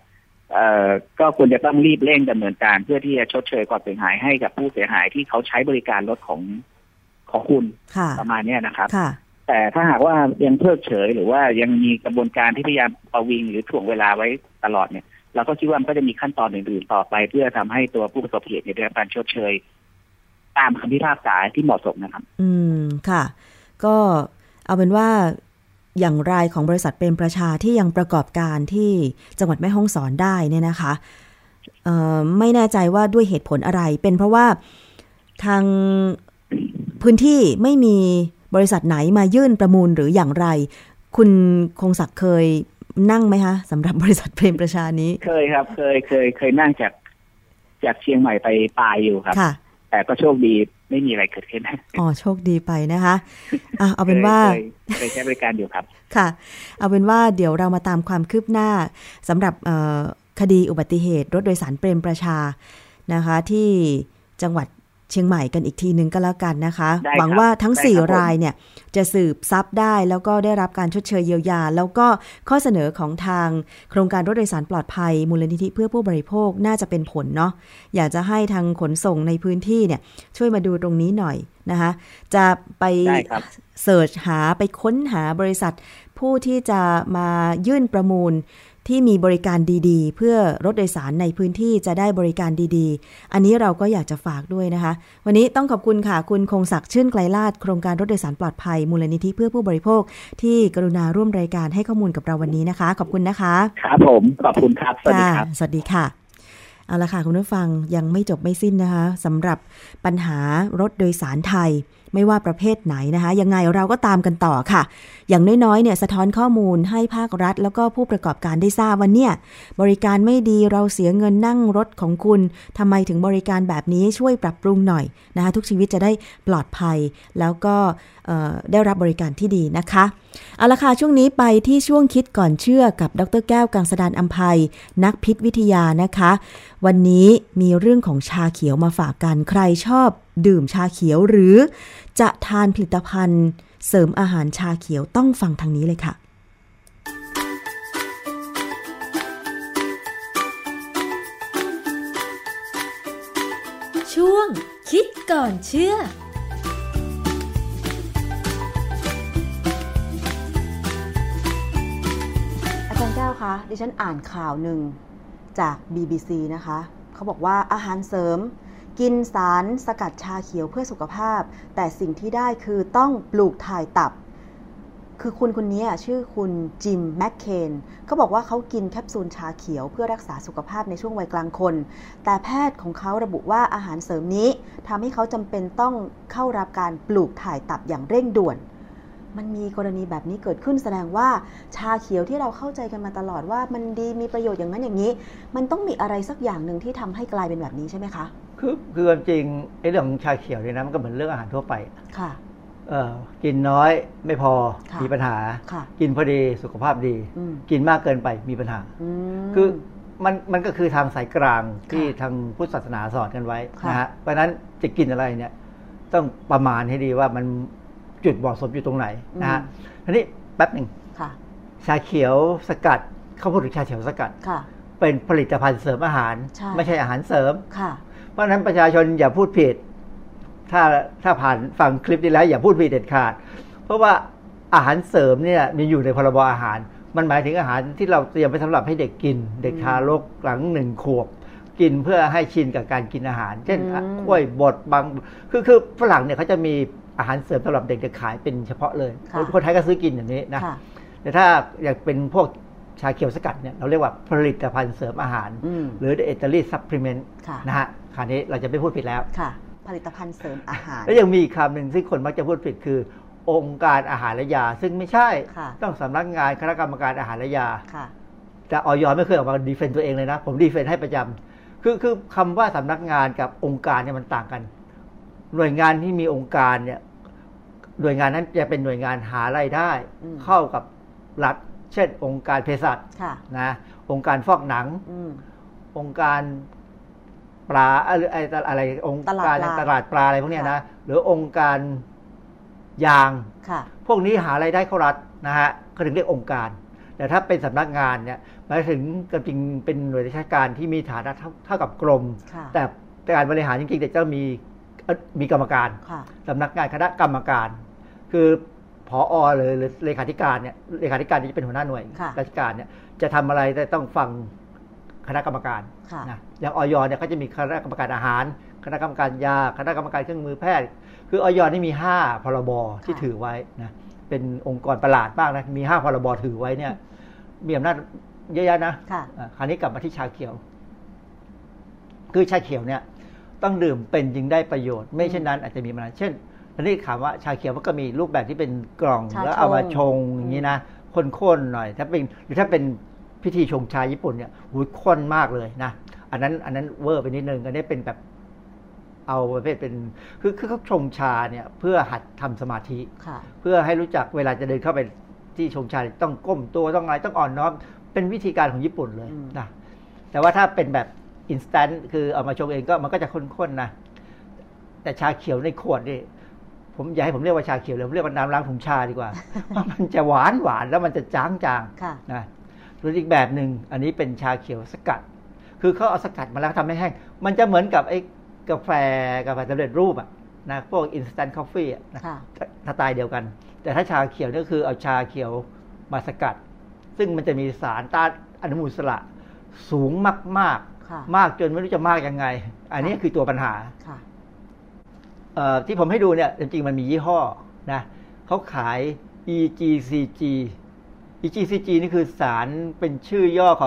ก็ควรจะต้องรีบเร่งดำเนินการเพื่อที่จะชดเชยความเสียหายให้กับผู้เสียหายที่เขาใช้บริการรถของคุณประมาณนี้นะครับแต่ถ้าหากว่ายังเพิกเฉยหรือว่ายังมีกระบวนการที่พยายามประวิงหรือถ่วงเวลาไว้ตลอดเนี่ยเราก็คิดว่ามันก็จะมีขั้นตอนอื่นๆต่อไปเพื่อทำให้ตัวผู้ประสบเหตุได้รับการชดเชยตามคำพิพากษาที่เหมาะสมนะครับค่ะก็เอาเป็นว่าอย่างรายของบริษัทเปรมประชาที่ยังประกอบการที่จังหวัดแม่ฮ่องสอนได้เนี่ยนะคะไม่แน่ใจว่าด้วยเหตุผลอะไรเป็นเพราะว่าทางพื้นที่ไม่มีบริษัทไหนมายื่นประมูลหรืออย่างไรคุณคงศักดิ์เคยนั่งไหมคะสำหรับบริษัทเปรมประชานี้เคยครับเคยนั่งจากเชียงใหม่ไปปลายอยู่ครับแต่ก็โชคดีไม่มีอะไรเกิดขึ้นโชคดีไปนะคะเอาเป็นว่าเคยใช้บริการอยู่ครับค่ะเอาเป็นว่าเดี๋ยวเรามาตามความคืบหน้าสำหรับคดีอุบัติเหตุรถโดยสารเปรมประชานะคะที่จังหวัดเชียงใหม่กันอีกทีนึงก็แล้วกันนะคะหวังว่าทั้ง4รายเนี่ยจะสืบทรัพย์ได้แล้วก็ได้รับการชดเชยเยียวยาแล้วก็ข้อเสนอของทางโครงการรถโดยสารปลอดภัยมูลนิธิเพื่อผู้บริโภคน่าจะเป็นผลเนาะอยากจะให้ทางขนส่งในพื้นที่เนี่ยช่วยมาดูตรงนี้หน่อยนะคะจะไปเสิร์ชหาไปค้นหาบริษัทผู้ที่จะมายื่นประมูลที่มีบริการดีๆเพื่อรถโดยสารในพื้นที่จะได้บริการดีๆอันนี้เราก็อยากจะฝากด้วยนะคะวันนี้ต้องขอบคุณค่ะคุณคงศักดิ์ชื่นไกลลาภโครงการรถโดยสารปลอดภัยมูลนิธิเพื่อผู้บริโภคที่กรุณาร่วมรายการให้ข้อมูลกับเราวันนี้นะคะขอบคุณนะคะครับผมขอบคุณครับสวัสดีครับสวัสดีค่ะเอาละค่ะคุณผู้ฟังยังไม่จบไม่สิ้นนะคะสำหรับปัญหารถโดยสารไทยไม่ว่าประเภทไหนนะคะยังไงเราก็ตามกันต่อค่ะอย่างน้อยๆเนี่ยสะท้อนข้อมูลให้ภาครัฐแล้วก็ผู้ประกอบการได้ทราบว่าเนี่ยบริการไม่ดีเราเสียเงินนั่งรถของคุณทำไมถึงบริการแบบนี้ช่วยปรับปรุงหน่อยนะคะทุกชีวิตจะได้ปลอดภัยแล้วก็ได้รับบริการที่ดีนะคะเอาละค่ะช่วงนี้ไปที่ช่วงคิดก่อนเชื่อกับดร.แก้วกังสดาลอำไพนักพิษวิทยานะคะวันนี้มีเรื่องของชาเขียวมาฝากกันใครชอบดื่มชาเขียวหรือจะทานผลิตภัณฑ์เสริมอาหารชาเขียวต้องฟังทางนี้เลยค่ะช่วงคิดก่อนเชื่ออาจารย์แก้วคะดิฉันอ่านข่าวหนึ่งจาก BBC นะคะเขาบอกว่าอาหารเสริมกินสารสกัดชาเขียวเพื่อสุขภาพแต่สิ่งที่ได้คือต้องปลูกถ่ายตับคือคุณคนนี้ชื่อคุณจิมแมคเคนเขาบอกว่าเขากินแคปซูลชาเขียวเพื่อรักษาสุขภาพในช่วงวัยกลางคนแต่แพทย์ของเขาระบุว่าอาหารเสริมนี้ทำให้เขาจำเป็นต้องเข้ารับการปลูกถ่ายตับอย่างเร่งด่วนมันมีกรณีแบบนี้เกิดขึ้นแสดงว่าชาเขียวที่เราเข้าใจกันมาตลอดว่ามันดีมีประโยชน์อย่างนั้นอย่างนี้มันต้องมีอะไรสักอย่างหนึ่งที่ทำให้กลายเป็นแบบนี้ใช่ไหมคะคือจริงไอ้เรื่องของชาเขียวเนี่ยนะมันก็เหมือนเรื่องอาหารทั่วไปค่ะกินน้อยไม่พอมีปัญหากินพอดีสุขภาพดีกินมากเกินไปมีปัญหาคือมันก็คือทางสายกลางที่ทางพุทธศาสนาสอนกันไว้นะฮะเพราะฉะนั้นจะกินอะไรเนี่ยต้องประมาณให้ดีว่ามันจุดเหมาะสมอยู่ตรงไหนนะฮะทีนี้แป๊บหนึ่งชาเขียวสกัดเขาพูดถึงชาเขียวสกัดเป็นผลิตภัณฑ์เสริมอาหารไม่ใช่อาหารเสริมเพราะฉะนั้นประชาชนอย่าพูดผิดถ้าผ่านฟังคลิปนี้แล้วอย่าพูดผิดเด็ดขาดเพราะว่าอาหารเสริมเนี่ยมีอยู่ในพรบอาหารมันหมายถึงอาหารที่เราเตรียมไว้สำหรับให้เด็กกินเด็กทารกหลัง1 ขวบกินเพื่อให้ชินกับการกินอาหารเช่นกล้วยบดบางคือฝรั่งเนี่ยเขาจะมีอาหารเสริมสำหรับเด็กๆขายเป็นเฉพาะเลยคนไทยก็ซื้อกินอย่างนี้นะแต่ถ้าอยากเป็นพวกชาเขียวสกัดเนี่ยเราเรียกว่าผลิตภัณฑ์เสริมอาหารหรือ dietary supplement นะฮะคราวนี้เราจะไม่พูดผิดแล้วผลิตภัณฑ์เสริมอาหารแล้วยังมีอีกคำหนึ่งซึ่งคนมักจะพูดผิดคือองค์การอาหารและยาซึ่งไม่ใช่ต้องสำนักงานคณะกรรมการอาหารและยาแต่อย.ไม่เคยออกมาดีเฟนต์ตัวเองเลยนะผมดีเฟนต์ให้ประจำคือคำว่าสำนักงานกับองค์การเนี่ยมันต่างกันหน่วยงานที่มีองค์การเนี่ยหน่วยงานนั้นจะเป็นหน่วยงานหารายได้เข้ากับรัฐเช่นองค์การเภสัชนะองค์การฟอกหนังองค์การปลาอะไรองค์การตลาดปลาอะไรพวกนี้นะหรือองค์การยางพวกนี้หารายได้เข้ารัฐนะฮะเขาถึงเรียกองค์การแต่ถ้าเป็นสำนักงานเนี่ยหมายถึงจริงเป็นหน่วยราชการที่มีฐานะเท่ากับกรมแต่การบริหารจริงๆจะมีกรรมการสำนักงานคณะกรรมการคือผอ.หรือเลขาธิการเนี่ยเลขาธิการจะเป็นหัวหน้าหน่วยราชการเนี่ยจะทำอะไรแต่ต้องฟังคณะกรรมการนะอย่างอย.เนี่ยเขาจะมีคณะกรรมการอาหารคณะกรรมการยาคณะกรรมการเครื่องมือแพทย์คืออย.นี่มี5พรบที่ถือไว้นะเป็นองค์กรประหลาดมากนะมี5พรบถือไว้เนี่ยมีอำนาจเยอะแยะนะคราวนี้กลับมาที่ชาเขียวคือชาเขียวเนี่ยต้องดื่มเป็นจึงได้ประโยชน์ไม่เช่นนั้นอาจจะมีปัญหาเช่นอันนี้ถามว่าชาเขียวมันก็มีรูปแบบที่เป็นกล่องแล้วเอามาชงอย่างนี้นะข้นๆหน่อยถ้าเป็นพิธีชงชาญี่ปุ่นเนี่ยข้นมากเลยนะอันนั้นเวอร์ไปนิดนึงอันนี้เป็นแบบเอาประเภทเป็นคือเขาชงชาเนี่ยเพื่อหัดทำสมาธิเพื่อให้รู้จักเวลาจะเดินเข้าไปที่ชงชาต้องก้มตัวต้องอะไรต้องอ่อนน้อมเป็นวิธีการของญี่ปุ่นเลยนะแต่ว่าถ้าเป็นแบบอินสแตนต์คือเอามาชงเองก็มันก็จะข้นๆนะแต่ชาเขียวในขวดนี่ผมอย่าให้ผมเรียกว่าชาเขียวเลยผมเรียกว่าน้ำล้างถุงชาดีกว่าเพราะมันจะหวานแล้วมันจะจางๆนะหรืออีกแบบหนึ่งอันนี้เป็นชาเขียวสกัดคือเขาเอาสกัดมาแล้วทำให้แห้งมันจะเหมือนกับไอ้กาแฟสำเร็จรูปอะนะพวก instant coffee อะนะสไตล์เดียวกันแต่ถ้าชาเขียวนี่คือเอาชาเขียวมาสกัดซึ่งมันจะมีสารต้านอนุมูลอิสระสูงมากจนไม่รู้จะมากยังไงอันนี้คือตัวปัญหาที่ผมให้ดูเนี่ยจริงๆมันมียี่ห้อนะเขาขาย EGCG EGCG นี่คือสารเป็นชื่อย่อของ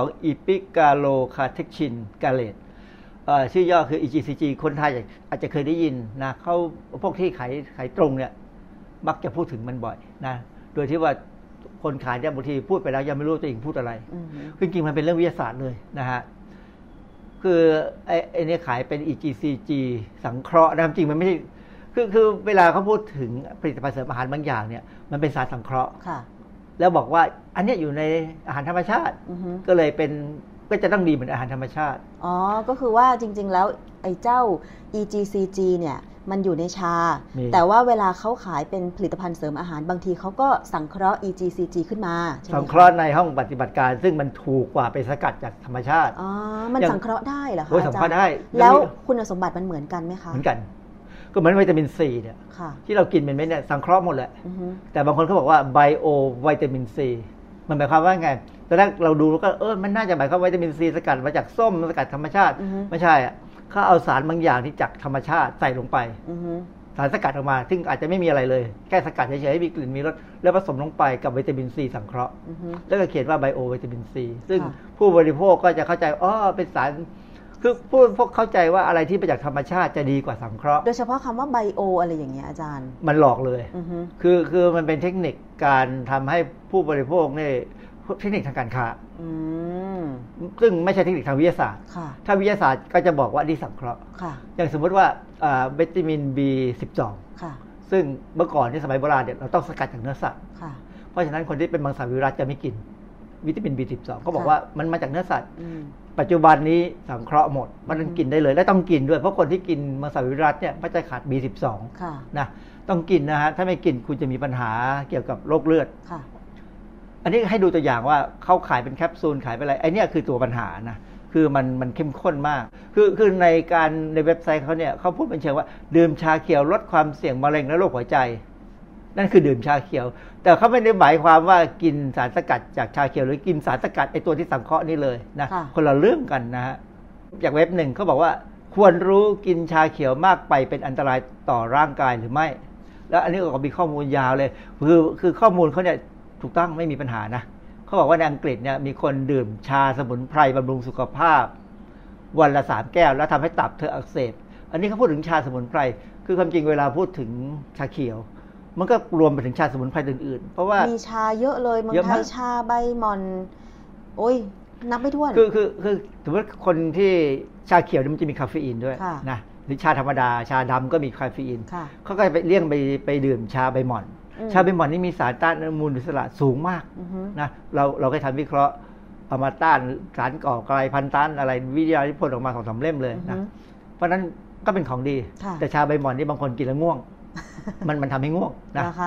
Epigallocatechin Gallate ชื่อย่อคือ EGCG คนไทยอาจจะเคยได้ยินนะเขาพวกที่ขายตรงเนี่ยมักจะพูดถึงมันบ่อยนะโดยที่ว่าคนขายเนี่ยบางทีพูดไปแล้วยังไม่รู้ตัวเองพูดอะไรจริงๆมันเป็นเรื่องวิทยาศาสตร์เลยนะฮะคือไอ้นี่ขายเป็น EGCG สังเคราะห์นะจริงมันไม่ใช่คือเวลาเขาพูดถึงผลิตภัณฑ์เสริมอาหารบางอย่างเนี่ยมันเป็นสารสังเคราะห์แล้วบอกว่าอันนี้อยู่ในอาหารธรรมชาติก็เลยก็จะต้องดีเหมือนอาหารธรรมชาติก็คือว่าจริงๆแล้วไอ้เจ้า EGCG เนี่ยมันอยู่ในชาแต่ว่าเวลาเขาขายเป็นผลิตภัณฑ์เสริมอาหารบางทีเขาก็สังเคราะห์ EGCG ขึ้นมาสังเคราะห์ในห้องปฏิบัติการซึ่งมันถูกกว่าไปสกัดจากธรรมชาติมันสังเคราะห์ได้เหรอคะอาจารย์สังเคราะห์ได้แล้วคุณสมบัติมันเหมือนกันไหมคะเหมือนกันก็เหมือนวิตามินซีเนี่ยที่เรากินเป็นเม็ดเนี่ยสังเคราะห์หมดแหละแต่บางคนเขาบอกว่าไบโอวิตามินซีมันหมายความว่าไงตอนแรกเราดูแล้วก็มันน่าจะหมายความว่าวิตามินซีสกัดมาจากส้มสกัดธรรมชาติไม่ใช่อ่ะเขาเอาสารบางอย่างที่จากธรรมชาติใส่ลงไปสารสกัดออกมาซึ่งอาจจะไม่มีอะไรเลยแค่สกัดเฉยๆให้มีกลิ่นมีรสแล้วผสมลงไปกับวิตามินซีสังเคราะห์แล้วก็เขียนว่าไบโอวิตามินซีซึ่งผู้บริโภคก็จะเข้าใจเป็นสารคือพวกเข้าใจว่าอะไรที่มาจากธรรมชาติจะดีกว่าสังเคราะห์โดยเฉพาะคำว่าไบโออะไรอย่างเงี้ยอาจารย์มันหลอกเลยคือมันเป็นเทคนิคการทำให้ผู้บริโภคเนี่ยเทคนิคทางการค้าซึ่งไม่ใช่เทคนิคทางวิทยาศาสตร์ถ้าวิทยาศาสตร์ก็จะบอกว่าดีสังเคราะห์อย่างสมมติว่าวิตามิน B12 ซึ่งเมื่อก่อนที่สมัยโบราณเนี่ยเราต้องสกัดจากเนื้อสัตว์เพราะฉะนั้นคนที่เป็นมังสวิรัติจะไม่กินวิตามิน B12 ก็บอกว่ามันมาจากเนื้อสัตว์ปัจจุบันนี้สังเคราะห์หมดมันกินได้เลยและต้องกินด้วยเพราะคนที่กินมังสวิรัติเนี่ยมันจะขาด B12 นะต้องกินนะฮะถ้าไม่กินคุณจะมีปัญหาเกี่ยวกับโรคเลือดอันนี้ให้ดูตัวอย่างว่าเขาขายเป็นแคปซูลขายเป็นอะไรไอ้นี่คือตัวปัญหานะคือมันเข้มข้นมากคือในเว็บไซต์เขาเนี่ยเขาพูดเป็นเชิงว่าดื่มชาเขียวลดความเสี่ยงมะเร็งและโรคหัวใจนั่นคือดื่มชาเขียวแต่เขาไม่ได้หมายความว่ากินสารสกัดจากชาเขียวหรือกินสารสกัดไอ้ตัวที่สังเคราะห์นี่เลยนะคนละเรื่องกันนะฮะจากเว็บหนึ่งเขาบอกว่าควรรู้กินชาเขียวมากไปเป็นอันตรายต่อร่างกายหรือไม่แล้วอันนี้ก็มีข้อมูลยาวเลยคือข้อมูลเขาเนี่ยถูกต้องไม่มีปัญหานะเขาบอกว่าในอังกฤษเนี่ยมีคนดื่มชาสมุนไพรบำรุงสุขภาพวันละ3 แก้วแล้วทำให้ตับเธออักเสบอันนี้เขาพูดถึงชาสมุนไพรคือความจริงเวลาพูดถึงชาเขียวมันก็รวมไปถึงชาสมุนไพรอื่นๆเพราะว่ามีชาเยอะเลยเมืองไทยชาใบหม่อนโอ้ยนับไม่ถ้วนคือถือว่าคนที่ชาเขียวมันจะมีคาเฟอีนด้วยนะหรือชาธรรมดาชาดำก็มีคาเฟอีนเขาก็ไปเลี่ยงไปดื่มชาใบหม่อนชาใบหม่อนนี่มีสารต้านอนุมูลอิสระสูงมากนะเราเคยทำวิเคราะห์เอามาต้านสารก่อกลายพันธุ์ต้านอะไรวิทยานิพนธ์ออกมา2-3 เล่มเลยนะเพราะนั้นก็เป็นของดีแต่ชาใบหม่อนนี่บางคนกินแล้วง่วงมันทำให้ง่วงนะ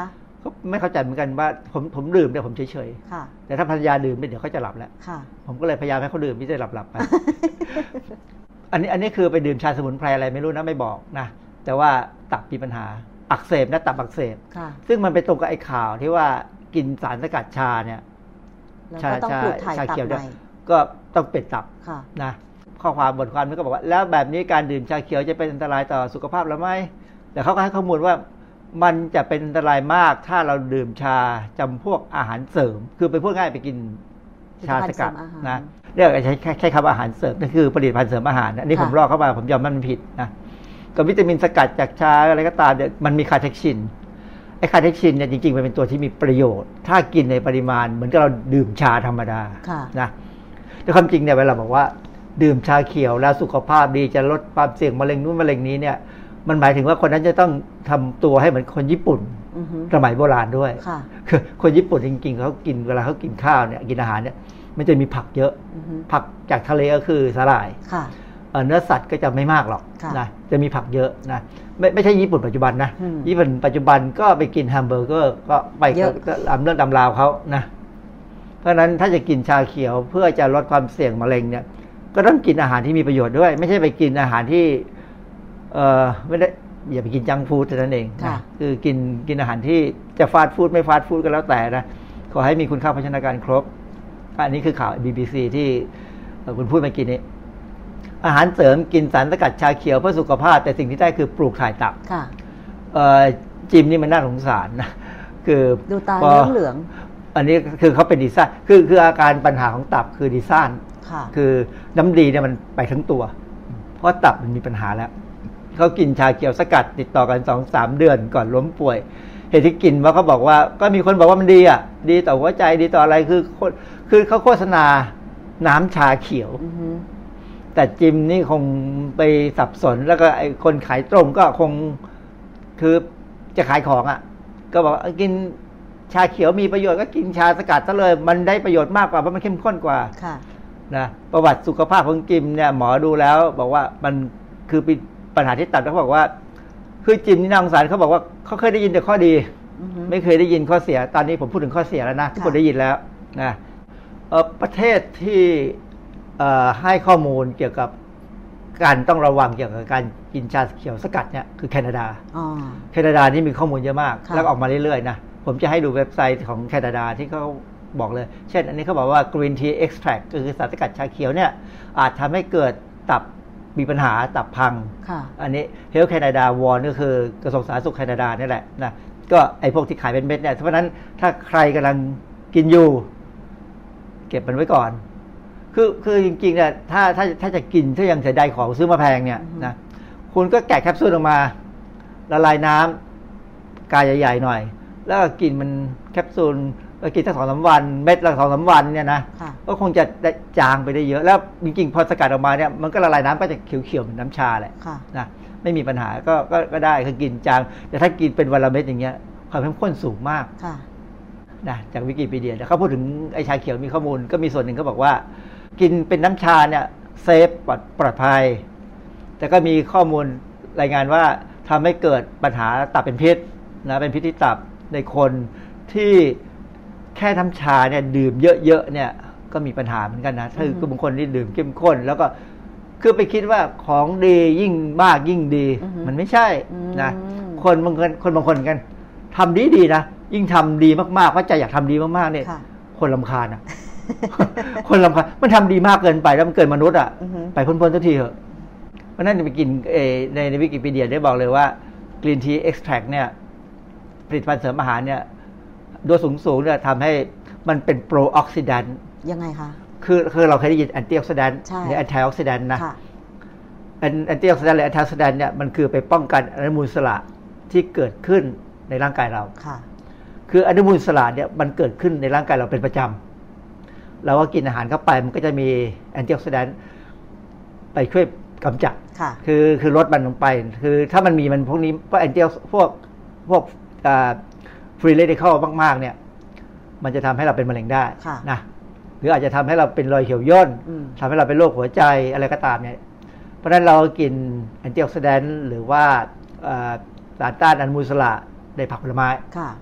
ก็ไม่เข้าใจเหมือนกันว่าผมดื่มเนี่ยผมเฉยๆแต่ถ้าภรรยาดื่มเดี๋ยวเขาจะหลับแล้วผมก็เลยพยายามให้เขาดื่มไม่ได้หลับๆไป อันนี้คือไปดื่มชาสมุนไพรอะไรไม่รู้นะไม่บอกนะแต่ว่าตับมีปัญหาอักเสบนะตับอักเสบซึ่งมันไปตรงกับไอ้ข่าวที่ว่ากินสารสกัดชาเนี่ยชาเขียวก็ต้องเป็นตับนะข้อความบทความนี้ก็บอกว่าแล้วแบบนี้การดื่มชาเขียวจะเป็นอันตรายต่อสุขภาพหรือไม่แต่เขาก็ให้ข้อมูลว่ามันจะเป็นอันตรายมากถ้าเราดื่มชาจำพวกอาหารเสริมคือไปพูดง่ายไปกินชาสกัดนะเรียกใช้คำว่าอาหารเสริมนั่นคือผลิตภัณฑ์เสริมอาหารอันนี้ผมลอกเข้ามาผมยอมมันผิดนะกับวิตามินสกัดจากชาอะไรก็ตามเนี่ยมันมีคาเทคซินไอ้คาเทคซินเนี่ยจริงๆมันเป็นตัวที่มีประโยชน์ถ้ากินในปริมาณเหมือนกับเราดื่มชาธรรมดานะแต่ความจริงเนี่ยเวลาบอกว่าดื่มชาเขียวแล้วสุขภาพดีจะลดความเสี่ยงมะเร็งนู้นมะเร็งนี้เนี่ยมันหมายถึงว่าคนนั้นจะต้องทำตัวให้เหมือนคนญี่ปุ่นสมัยโบราณด้วยคือคนญี่ปุ่นจริงๆเขากินเวลาเขากินข้าวเนี่ยกินอาหารเนี่ยมันจะมีผักเยอะผักจากทะเลก็คือสาหร่ายเนื้อสัตว์ก็จะไม่มากหรอกนะจะมีผักเยอะนะไม่ใช่ญี่ปุ่นปัจจุบันนะญี่ปุ่นปัจจุบันก็ไปกินแฮมเบอร์เกอร์ก็ไปตามเรื่องตำราวเขานะเพราะฉะนั้นถ้าจะกินชาเขียวเพื่อจะลดความเสี่ยงมะเร็งเนี่ยก็ต้องกินอาหารที่มีประโยชน์ด้วยไม่ใช่ไปกินอาหารที่ไม่ได้อย่าไปกินจังฟู้ดเท่านั้นเองนะคือกินอาหารที่จะฟาสต์ฟู้ดไม่ฟาสต์ฟู้ดก็แล้วแต่นะขอให้มีคุณค่าโภชนาการครบอันนี้คือข่าว BBC ที่คุณพูดเมื่อกี้นี้อาหารเสริมกินสารสกัดชาเขียวเพื่อสุขภาพแต่สิ่งที่ได้คือปลูกถ่ายตับจิมนี่มันน่าสงสารนะคือดูตาเหลืองอันนี้คือเขาเป็นดีซ่านคืออาการปัญหาของตับคือดีซ่านคือน้ำดีเนี่ยมันไปทั้งตัวเพราะตับมันมีปัญหาแล้วเขากินชาเขียวสกัดติดต่อกัน 2-3 เดือนก่อนล้มป่วยเหตุที่กินว่าเขาบอกว่าก็มีคนบอกว่ามันดีอ่ะดีต่อหัวใจดีต่ออะไรคือเขาโฆษณาน้ำชาเขียวแต่จิมนี่คงไปสับสนแล้วก็ไอ้คนขายตรงก็คงคือจะขายของอ่ะก็บอกกินชาเขียวมีประโยชน์ก็กินชาสกัดซะเลยมันได้ประโยชน์มากกว่าเพราะมันเข้มข้นกว่านะประวัติสุขภาพของจิมเนี่ยหมอดูแล้วบอกว่ามันคือเป็นปัญหาที่ตับแล้วเขาบอกว่าคือจิมนี่น่าสงสารเขาบอกว่าเขาเคยได้ยินแต่ข้อดีไม่เคยได้ยินข้อเสียตอนนี้ผมพูดถึงข้อเสียแล้วนะทุกคนได้ยินแล้วนะประเทศที่ให้ข้อมูลเกี่ยวกับการต้องระวังเกี่ยวกับการกินชาเขียวสกัดเนี่ยคือแคนาดาแคนาดานี่มีข้อมูลเยอะมากแล้วออกมาเรื่อยๆนะผมจะให้ดูเว็บไซต์ของแคนาดาที่เขาบอกเลยเช่นอันนี้เขาบอกว่า green tea extract ก็คือสารสกัดชาเขียวเนี่ยอาจทำให้เกิดตับมีปัญหาตับพังอันนี้ Health Canada Warn ก็คือกระทรวงสาธารณสุขแคนาดานี่แหละนะก็ไอ้พวกที่ขายเป็นเม็ดเนี่ยเพราะฉะนั้นถ้าใครกำลังกินอยู่เก็บมันไว้ก่อนคือจริงๆเนี่ยถ้าจะกินถ้ายังเสียดายของซื้อมาแพงเนี่ยนะคุณก็แกะแคปซูลออกมาละลายน้ำกายใหญ่ๆหน่อยแล้วก็กินมันแคปซูลกินสัก 2-3 วันเม็ดละ 2-3 วันเนี่ยนะก็คงจะจางไปได้เยอะแล้วจริงๆพอสกัดออกมาเนี่ยมันก็ละลายน้ำก็จะเขียวๆเหมือนน้ำชาแหละนะไม่มีปัญหาก็ได้คือกินจางแต่ถ้ากินเป็นวันละเม็ดอย่างเงี้ยความเข้มข้นสูงมากนะจากวิกิพีเดียเขาพูดถึงไอชาเขียวมีข้อมูลก็มีส่วนหนึ่งเขาบอกว่ากินเป็นน้ำชาเนี่ยเซฟปลอดภัยแต่ก็มีข้อมูลรายงานว่าทำให้เกิดปัญหาตับเป็นพิษนะเป็นพิษที่ตับในคนที่แค่น้ำชาเนี่ยดื่มเยอะๆเนี่ยก็มีปัญหาเหมือนกันนะคือบางคนที่ดื่มเข้มข้นแล้วก็คือไปคิดว่าของดียิ่งมากยิ่งดีมันไม่ใช่นะคนบางคนกันทำดีนะยิ่งทำดีมากๆเพราะใจอยากทำดีมากๆเนี่ยคนรำคาญอ่ะคนรำคาญมันทำดีมากเกินไปแล้วมันเกินมนุษย์อ่ะไปพ้นๆสักทีเถอะเพราะนั่นไปกินในวิกิพีเดียได้บอกเลยว่า Green Tea Extract เนี่ยผลิตภัณฑ์เสริมอาหารเนี่ยโดยสูงเนี่ยทำให้มันเป็นโปรออกซิแดนต์ยังไงคะคือเราเคยได้ยินแอนตี้ออกซิแดนต์หรือแอนตี้ออกซิแดนต์นะแอนตี้ออกซิแดนต์หรือแอนตี้ออกซิแดนต์เนี่ยมันคือไปป้องกันอนุมูลอิสระที่เกิดขึ้นในร่างกายเราคืออนุมูลอิสระเนี่ยมันเกิดขึ้นในร่างกายเราเป็นประจำเราก็กินอาหารเข้าไปมันก็จะมีแอนตี้ออกซิแดนต์ไปช่วยกำจัดคือลดมันลงไปคือถ้ามันมีมันพวกนี้พวกแอนตี้พวกฟรีเรดิคอลมากๆเนี่ยมันจะทำให้เราเป็นมะเร็งได้นะหรืออาจจะทำให้เราเป็นรอยเหี่ยวย่นทำให้เราเป็นโรคหัวใจอะไรก็ตามเนี่ยเพราะฉะนั้นเรากินแอนตี้ออกซิแดนต์หรือว่าสารต้านอนุมูลอิสระในผักผลไม้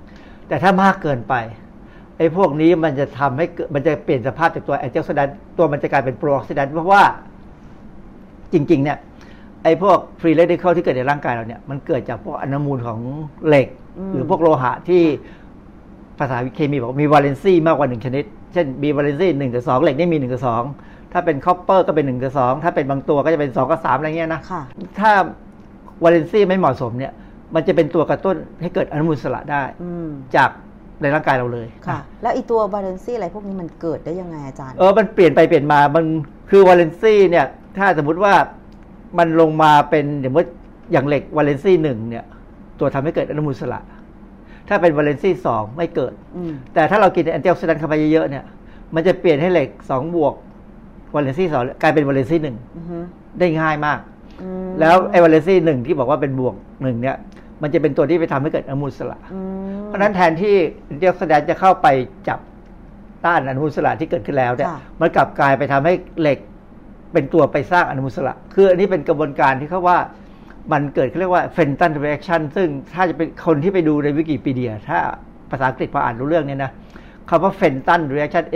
แต่ถ้ามากเกินไปไอ้พวกนี้มันจะทำให้มันจะเปลี่ยนสภาพจากตัวแอนตี้ออกซิแดนต์ตัวมันจะกลายเป็นโปรออกซิแดนต์เพราะว่าจริงๆเนี่ยไอ้พวกฟรีเรดิคอลที่เกิดในร่างกายเราเนี่ยมันเกิดจากพวกอนุมูลของเหล็กหรือพวกโลหะที่ภาษาเคมีบอกมีวาเลนซีมากกว่า1ชนิดเช่นมีวาเลนซี1 กับ 2เหล็กนี่มี1 กับ 2ถ้าเป็นคอปเปอร์ก็เป็น1 กับ 2ถ้าเป็นบางตัวก็จะเป็น2 กับ 3อะไรเงี้ยนะถ้าวาเลนซีไม่เหมาะสมเนี่ยมันจะเป็นตัวกระตุ้นให้เกิดอนุมูลอิสระได้จากในร่างกายเราเลยค่ะแล้วอีตัววาเลนซีอะไรพวกนี้มันเกิดได้ยังไงอาจารย์มันเปลี่ยนไปเปลี่ยนมามันคือวาเลนซีเนี่ยถ้าสมมุติว่ามันลงมาเป็นอย่างเหล็กวาเลนซี1เนี่ยตัวทำให้เกิดอนุมูลอิสระถ้าเป็นวาเลนซี2ไม่เกิดแต่ถ้าเรากินแอนตี้ออกซิแดนต์เข้าไปเยอะๆเนี่ยมันจะเปลี่ยนให้เหล็ก2 บวกวาเลนซี2กลายเป็นวาเลนซี1ได้ง่ายมากแล้วไอ้วาเลนซี1ที่บอกว่าเป็นบวก1เนี่ยมันจะเป็นตัวที่ไปทำให้เกิดอนุมูลอิสระเพราะฉะนั้นแทนที่แอนตี้ออกซิแดนต์จะเข้าไปจับต้านอนุมูลอิสระที่เกิดขึ้นแล้วเนี่ยมันกลับกลายไปทำให้เหล็กเป็นตัวไปสร้างอนุมูลอิสระคืออันนี้เป็นกระบวนการที่เขาว่ามันเกิดเขาเรียกว่า Fenton reaction ซึ่งถ้าจะเป็นคนที่ไปดูในวิกิพีเดียถ้าภาษาอังกฤษพออ่านรู้เรื่องนี้นะคำว่า Fenton reaction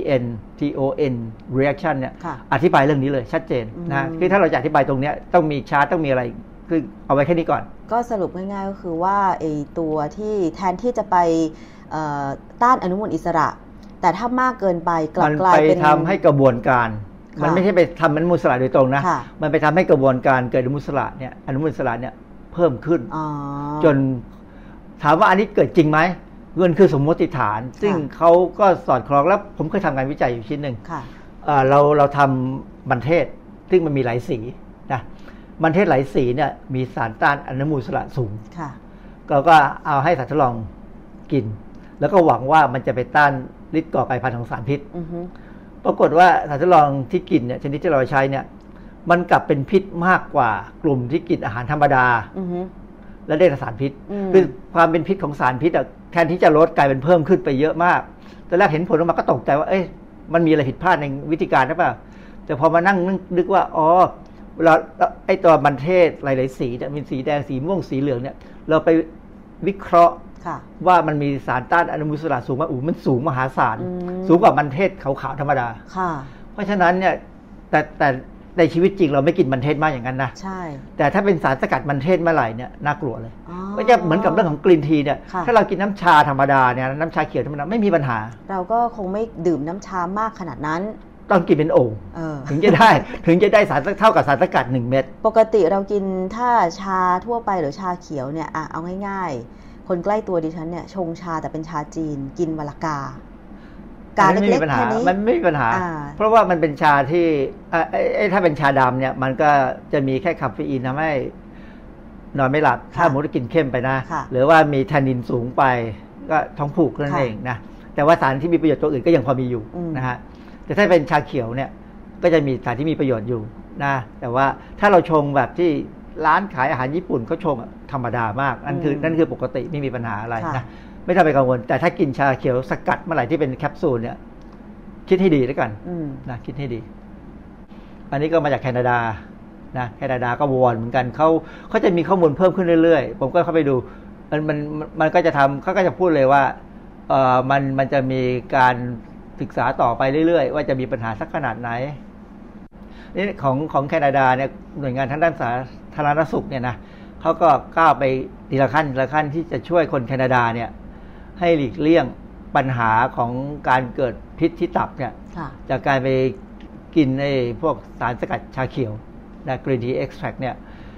FENTON reaction เนี่ยอธิบายเรื่องนี้เลยชัดเจนนะคือถ้าเราจะอธิบายตรงนี้ต้องมีชาร์ตต้องมีอะไรคือเอาไว้แค่นี้ก่อนก็สรุปง่ายๆก็คือว่าไอ้ตัวที่แทนที่จะไปต้านอนุมูลอิสระแต่ถ้ามากเกินไปกลับกลายเป็นทำให้กระบวนการมันไม่ใช่ไปทำอนุมูลอิสระโดยตรงนะมันไปทำให้กระบวนการเกิดอนุมูลอิสระเนี่ยเพิ่มขึ้นจนถามว่าอันนี้เกิดจริงไหมเงินคือสมมติฐานซึ่งเขาก็สอดคล้องแล้วผมเคยทำงานวิจัยอยู่ชิ้นหนึ่งเราทำมันเทศซึ่งมันมีหลายสีนะมันเทศหลายสีเนี่ยมีสารต้านอนุมูลอิสระสูงเราก็เอาให้สัตว์ทดลองกินแล้วก็หวังว่ามันจะไปต้านฤทธิ์ก่อกลายพันธุ์ของสารพิษปรากฏว่าสัตว์ทดลองที่กินเนี่ยชนิดที่เราใช้เนี่ยมันกลับเป็นพิษมากกว่ากลุ่มที่กินอาหารธรรมดาและได้สารพิษคือความเป็นพิษของสารพิษแทนที่จะลดกลายเป็นเพิ่มขึ้นไปเยอะมากตอนแรกเห็นผลออกมาก็ตกใจว่ามันมีอะไรผิดพลาดในวิธีการหรือเปล่าแต่พอมานั่งนึกว่าเราไอ้ตัวมันเทศหลายๆสีเนี่ยมีสีแดงสีม่วงสีเหลืองเนี่ยเราไปวิเคราะห์ว่ามันมีสารต้านอนุมูลอิสระสูงมากมันสูงมหาศาลสูงกว่ามันเทศขาวๆธรรมดาเพราะฉะนั้นเนี่ยแต่ในชีวิตจริงเราไม่กินมันเทศมากอย่างนั้นนะใช่แต่ถ้าเป็นสารสกัดมันเทศเมื่อไหร่เนี่ยน่ากลัวเลยก็จะเหมือนกับเรื่องของกรีนทีเนี่ยถ้าเรากินน้ำชาธรรมดาเนี่ยน้ำชาเขียวธรรมดาไม่มีปัญหาเราก็คงไม่ดื่มน้ำชามากขนาดนั้นต้องกินเป็นโอ่งถึงจะได้สารเท่ากับสารสกัด1 เม็ดปกติเรากินถ้าชาทั่วไปหรือชาเขียวเนี่ยเอาง่ายๆคนใกล้ตัวดิฉันเนี่ยชงชาแต่เป็นชาจีนกินวันละกาเล็กๆแค่นี้มันไม่มีปัญหาเพราะว่ามันเป็นชาที่ถ้าเป็นชาดำเนี่ยมันก็จะมีแค่คาเฟอีนทำให้นอนไม่หลับถ้าหมูกินเข้มไปนะหรือว่ามีแทนนินสูงไปก็ท้องผูกนั่นเองนะแต่ว่าสารที่มีประโยชน์ตัวอื่นก็ยังพอมีอยู่นะฮะแต่ถ้าเป็นชาเขียวเนี่ยก็จะมีสารที่มีประโยชน์อยู่นะแต่ว่าถ้าเราชงแบบที่ร้านขายอาหารญี่ปุ่นเขาชงธรรมดามากนั่นคือปกติไม่มีปัญหาอะไรนะไม่ต้องไปกังวลแต่ถ้ากินชาเขียวสกัดเมื่อไหร่ที่เป็นแคปซูลเนี่ยคิดให้ดีแล้วกันนะคิดให้ดีอันนี้ก็มาจากแคนาดานะแคนาดาก็วอนเหมือนกันเขาจะมีข้อมูลเพิ่มขึ้นเรื่อยๆผมก็เข้าไปดูมันก็จะทำเขาก็จะพูดเลยว่ามันจะมีการศึกษาต่อไปเรื่อยๆว่าจะมีปัญหาสักขนาดไหนนี่ของแคนาดาเนี่ยหน่วยงานทางด้านสาธารณสุขเนี่ยนะเขาก็ก้าวไปทีละขั้นที่จะช่วยคนแคนาดาเนี่ยให้หลีกเลี่ยงปัญหาของการเกิดพิษที่ตับเนี่ยจากการไปกินไอ้พวกสารสกัดชาเขียวนะ Green Tea Extract เนี่ย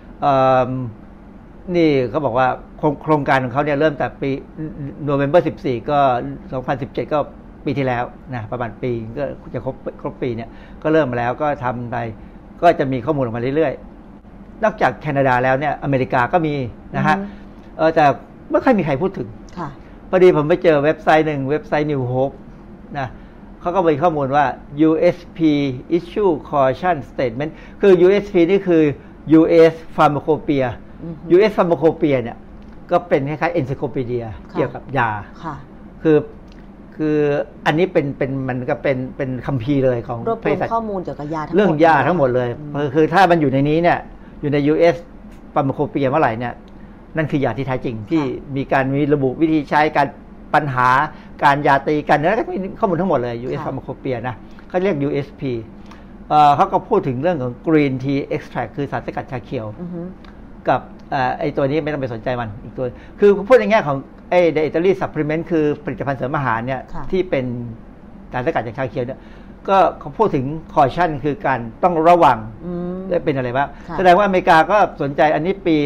นี่เขาบอกว่าโครงการของเขาเนี่ยเริ่มแต่ปี November 14 ก็ 2017 ก็ปีที่แล้วนะประมาณปีก็จะครบปีเนี่ยก็เริ่มมาแล้วก็ทำไปก็จะมีข้อมูลออกมาเรื่อยๆนอกจากแคนาดาแล้วเนี่ยอเมริกาก็มีนะฮะแต่ไม่ค่อยมีใครพูดถึงพอดีผมไปเจอเว็บไซต์หนึ่งเว็บไซต์ New Hope นะเขาก็มีข้อมูลว่า USP issue caution statement คือ USP นี่คือ US Pharmacopoeia US Pharmacopoeia เนี่ยก็เป็นคล้ายๆ encyclopedia เกี่ยวกับยาคืออันนี้เป็นมันก็เป็นคัมภีร์เลยของรวบรวมข้อมูลเกี่ยวกับยาทั้งหมดเรื่องยาทั้งหมดเลยคือถ้ามันอยู่ในนี้เนี่ยอยู่ใน US Pharmacopoeia เมื่อไหร่เนี่ยนั่นคือยาที่แท้จริงที่มีระบุวิธีใช้การปัญหาการยาตีกันแล้วก็มีข้อมูลทั้งหมดเลย US Pharmacopoeia นะเขาเรียก USP เขาก็พูดถึงเรื่องของ Green Tea Extract คือสารสกัดชาเขียวกับไอ้ตัวนี้ไม่ต้องไปสนใจมันอีกตัวคือพูดในแง่ของไอ้ dietary supplement คือผลิตภัณฑ์เสริมอาหารเนี่ยที่เป็นสารสกัดจากชาเขียวเนี่ยก็เขาพูดถึง caution คือการต้องระวังได้เป็นอะไรบ้างแสดงว่าอเมริกาก็สนใจอันนี้ปี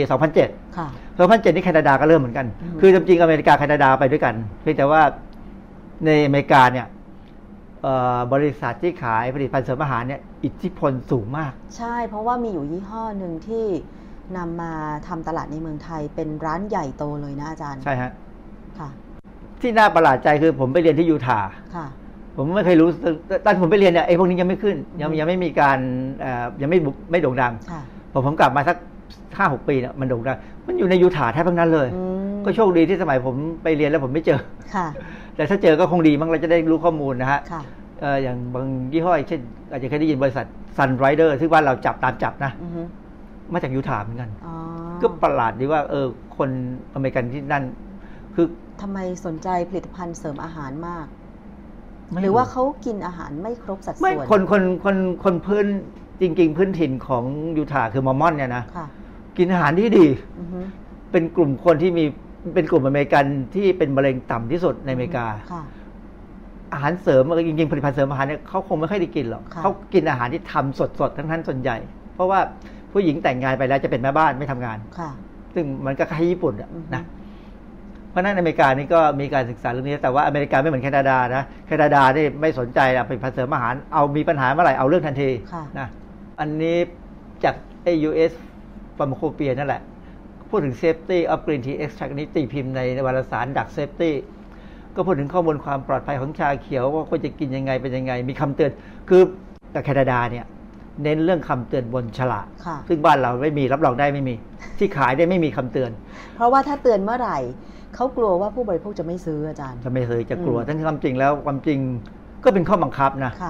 2007 นี่แคนาดาก็เริ่มเหมือนกันคือจริงๆอเมริกาแคนาดาไปด้วยกันเพียงแต่ว่าในอเมริกาเนี่ยบริษัทที่ขายผลิตภัณฑ์เสริมอาหารเนี่ยอิทธิพลสูงมากใช่เพราะว่ามีอยู่ยี่ห้อหนึ่งที่นำมาทำตลาดในเมืองไทยเป็นร้านใหญ่โตเลยนะอาจารย์ใช่ฮะค่ะที่น่าประหลาดใจคือผมไปเรียนที่ยูทาห์ผมไม่เคยรู้ตอนผมไปเรียนเนี่ยไอ้พวกนี้ยังไม่ขึ้นยังไม่มีการยังไม่โด่งดังพอผมกลับมาสัก 5-6 ปีเนี่ยมันโด่งดังมันอยู่ในยูทาห์แทบทั้งนั้นเลยก็โชคดีที่สมัยผมไปเรียนแล้วผมไม่เจอแต่ถ้าเจอก็คงดีมั้งเราจะได้รู้ข้อมูลนะฮะอย่างบางยี่ห้อเช่นอาจจะเคยได้ยินบริษัท Sunrider ที่ว่าเราตามจับนะมาจากยูทาห์เหมือนกันก็ประหลาดดีว่าคนอเมริกันที่นั่นคือทำไมสนใจผลิตภัณฑ์เสริมอาหารมากหรือว่าเขากินอาหารไม่ครบสัดส่วนไม่คนพื้นจริงๆพื้นถิ่นของยูทาห์คือมอร์มอนเนี่ยนะกินอาหารที่ดีเป็นกลุ่มคนที่เป็นกลุ่มอเมริกันที่เป็นมะเร็งต่ำที่สุดในอเมริกาอาหารเสริมจริงๆผลิตภัณฑ์เสริมอาหารเนี่ยเขาคงไม่ค่อยได้กินหรอกเขากินอาหารที่ทำสดๆทั้งนั้นส่วนใหญ่เพราะว่าผู้หญิงแต่งงานไปแล้วจะเป็นแม่บ้านไม่ทำงานซึ่งมันก็คล้ายญี่ปุ่นนะเพราะนั้นอเมริกานี่ก็มีการศึกษาเรื่องนี้แต่ว่าอเมริกาไม่เหมือนแคนาดานะแคนาดานี่ไม่สนใจผลิตภัณฑ์เสริมอาหารเอามีปัญหาเมื่อไหร่เอาเรื่องทันทีนะอันนี้จาก US Pharmacopoeia นั่นแหละพูดถึง Safety of Green Tea Extract นี้ตีพิมพ์ในวารสารDrug Safety ก็พูดถึงข้อมูลความปลอดภัยของชาเขียวว่าควรจะกินยังไงเป็นยังไงมีคำเตือนคือแต่แคนาดาเนี่ยเน้นเรื่องคำเตือนบนฉลากซึ่งบ้านเราไม่มีรับรองได้ไม่มีที่ขายได้ไม่มีคำเตือนเพราะว่าถ้าเตือนเมื่อไหร่เขากลัวว่าผู้บริโภคจะไม่ซื้ออาจารย์จะไม่ซื้อจะกลัวทั้งความจริงแล้วความจริงก็เป็นข้อบังคับนะ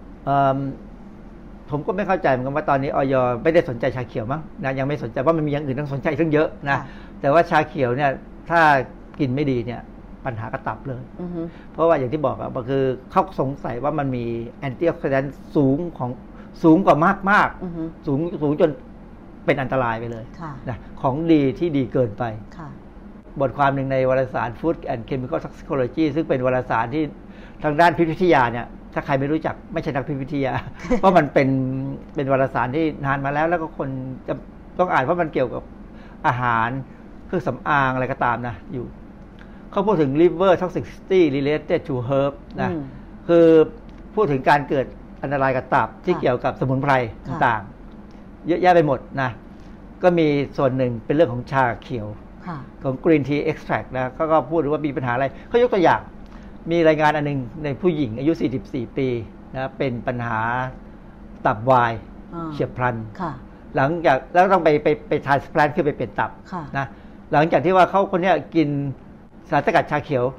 ผมก็ไม่เข้าใจเหมือนกันว่าตอนนี้อย.ไม่ได้สนใจชาเขียวมั้งนะยังไม่สนใจว่ามันมีอย่างอื่นต้องสนใจซึ่งเยอะนะแต่ว่าชาเขียวเนี่ยถ้ากินไม่ดีเนี่ยปัญหากระตับเลยเพราะว่าอย่างที่บอกก็คือเขาสงสัยว่ามันมีแอนตี้ออกซิแดนต์สูงกว่ามากสูงจนเป็นอันตรายไปเลยนะของดีที่ดีเกินไปบทความหนึ่งในวารสาร Food and Chemical Toxicology ซึ่งเป็นวารสารที่ทางด้านพิษวิทยาเนี่ยถ้าใครไม่รู้จักไม่ใช่นักพิษวิทยา เพราะมันเป็นวารสารที่นานมาแล้วก็คนจะต้องอ่านเพราะมันเกี่ยวกับอาหารเครื่องสำอางอะไรก็ตามนะอยู่เขาพูดถึง liver toxicity related to herb นะคือพูดถึงการเกิดอันตรายกับตับที่เกี่ยวกับสมุนไพรต่างๆเยอะแยะไปหมดนะก็มีส่วนหนึ่งเป็นเรื่องของชาเขียวของ Green Tea Extract นะเขาก็พูดว่ามีปัญหาอะไรเขายกตัวอย่างมีรายงานอันนึงในผู้หญิงอายุ44ปีนะเป็นปัญหาตับวายเฉียบพลันหลังจากแล้วต้องไปทรานสแพลนต์คือไปเปลี่ยนตับนะหลังจากที่ว่าเขาคนนี้กินสารสกัดชาเขียว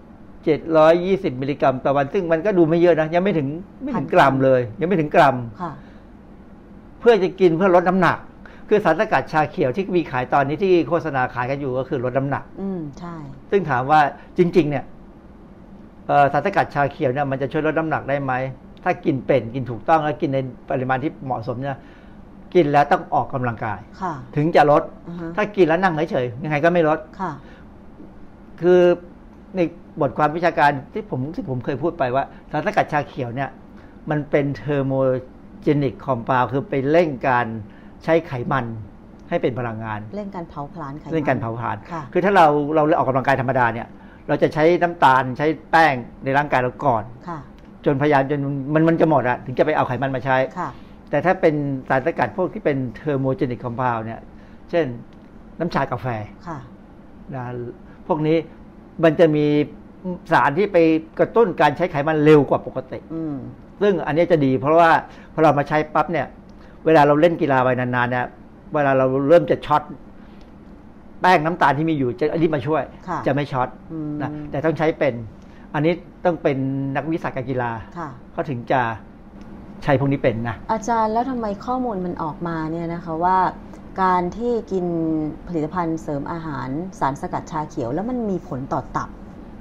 720มิลลิกรัมต่อวันซึ่งมันก็ดูไม่เยอะนะยังไม่ถึงกรัมเลยยังไม่ถึงกรัมเพื่อจะกินเพื่อลดน้ำหนักคือสารสกัดชาเขียวที่มีขายตอนนี้ที่โฆษณาขายกันอยู่ก็คือลดน้ำหนักใช่ซึ่งถามว่าจริงๆเนี่ยสารสกัดชาเขียวเนี่ยมันจะช่วยลดน้ำหนักได้ไหมถ้ากินเป็นกินถูกต้องและกินในปริมาณที่เหมาะสมเนี่ยกินแล้วต้องออกกำลังกายถึงจะลดถ้ากินแล้วนั่งเฉยๆยังไงก็ไม่ลดคือในบทความวิชาการที่ผมเคยพูดไปว่าสารสกัดชาเขียวเนี่ยมันเป็นเทอร์โมเจนิกคอมเพลซ์คือไปเร่งการใช้ไขมันให้เป็นพลังงานเร่งการเผาผลาญไขมันเร่งการเผาผลาญคือถ้าเราออกกำลังกายธรรมดาเนี่ยเราจะใช้น้ำตาลใช้แป้งในร่างกายเราก่อนจนพยายามจนมันจะหมดอะถึงจะไปเอาไขมันมาใช้แต่ถ้าเป็นสารสกัดพวกที่เป็นเทอร์โมเจนิกคอมเพลซ์เนี่ยเช่นน้ำชากาแฟนะพวกนี้มันจะมีสารที่ไปกระตุ้นการใช้ไขมันเร็วกว่าปกติซึ่งอันนี้จะดีเพราะว่าพอเรามาใช้ปั๊บเนี่ยเวลาเราเล่นกีฬาไปนานๆเนี่ยเวลาเราเริ่มจะช็อตแป้งน้ำตาลที่มีอยู่จะอันนี้มาช่วยจะไม่ช็อตนะแต่ต้องใช้เป็นอันนี้ต้องเป็นนักวิชาการกีฬาเขาถึงจะใช้พวกนี้เป็นนะอาจารย์แล้วทำไมข้อมูลมันออกมาเนี่ยนะคะว่าการที่กินผลิตภัณฑ์เสริมอาหารสารสกัดชาเขียวแล้วมันมีผลต่อตับ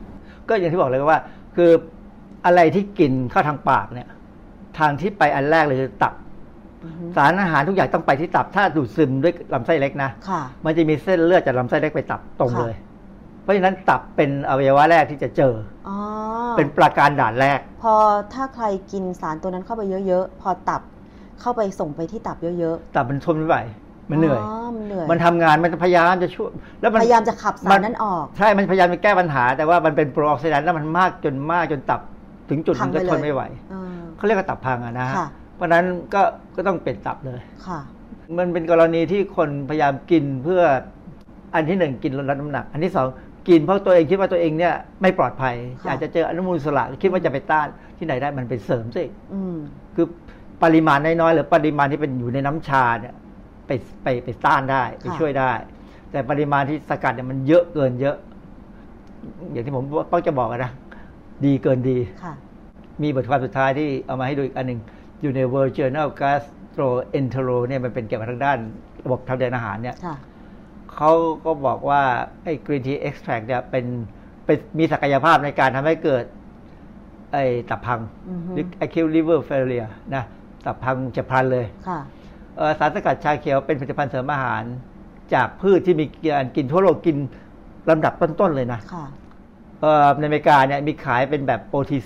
ก็อย่างที่บอกเลยว่าคืออะไรที่กินเข้าทางปากเนี่ยทางที่ไปอันแรกเลยคือตับสารอาหารทุกอย่างต้องไปที่ตับถ้าดูดซึมด้วยลำไส้เล็กนะมันจะมีเส้นเลือดจากลำไส้เล็กไปตับตรงเลยเพราะฉะนั้นตับเป็นอวัยวะแรกที่จะเจอเป็นประการด่านแรกพอถ้าใครกินสารตัวนั้นเข้าไปเยอะๆพอตับเข้าไปส่งไปที่ตับเยอะๆตับมันทนไม่ไหวมันเหนื่อยมันทำงานมันพยายามจะช่วยแล้วมันพยายามจะขับสารนั้นออกใช่มันพยายามจะแก้ปัญหาแต่ว่ามันเป็นโปรออกซิแดนต์แล้วมันมากจนตับถึงจุดนึงก็ทนไม่ไหวเขาเรียกว่าตับพังนะฮะเพราะนั้นก็ต้องเปลี่ยนตับเลยมันเป็นกรณีที่คนพยายามกินเพื่ออันที่หนึ่งกินลดน้ำหนักอันที่สองกินเพราะตัวเองคิดว่าตัวเองเนี่ยไม่ปลอดภัยอยากจะเจออนุมูลอิสระคิดว่าจะไปต้านที่ไหนได้มันไปเสริมซิคือปริมาณน้อยๆหรือปริมาณที่เป็นอยู่ในน้ำชาเนี่ยไปต้านได้ไปช่วยได้แต่ปริมาณที่สกัดเนี่ยมันเยอะเกินเยอะอย่างที่ผมก็จะบอกนะดีเกินดีมีบทความสุดท้ายที่เอามาให้ดูอีกอันหนึ่งอยู่ใน World Journal Gastroenterology เนี่ยมันเป็นเกี่ยวกับทางด้านระบบทางเดินอาหารเนี่ยเขาก็บอกว่าไอ้ Green Tea Extract เนี่ยเป็นมีศักยภาพในการทำให้เกิดไอ้ตับพัง acute liver failure นะตับพังฉับพลันเลยสารสกัดชาเขียวเป็นผลิตภัณฑ์เสริมอาหารจากพืชที่มีการกินทั่วโลกกินลำดับต้นๆเลยนะในอเมริกาเนี่ยมีขายเป็นแบบ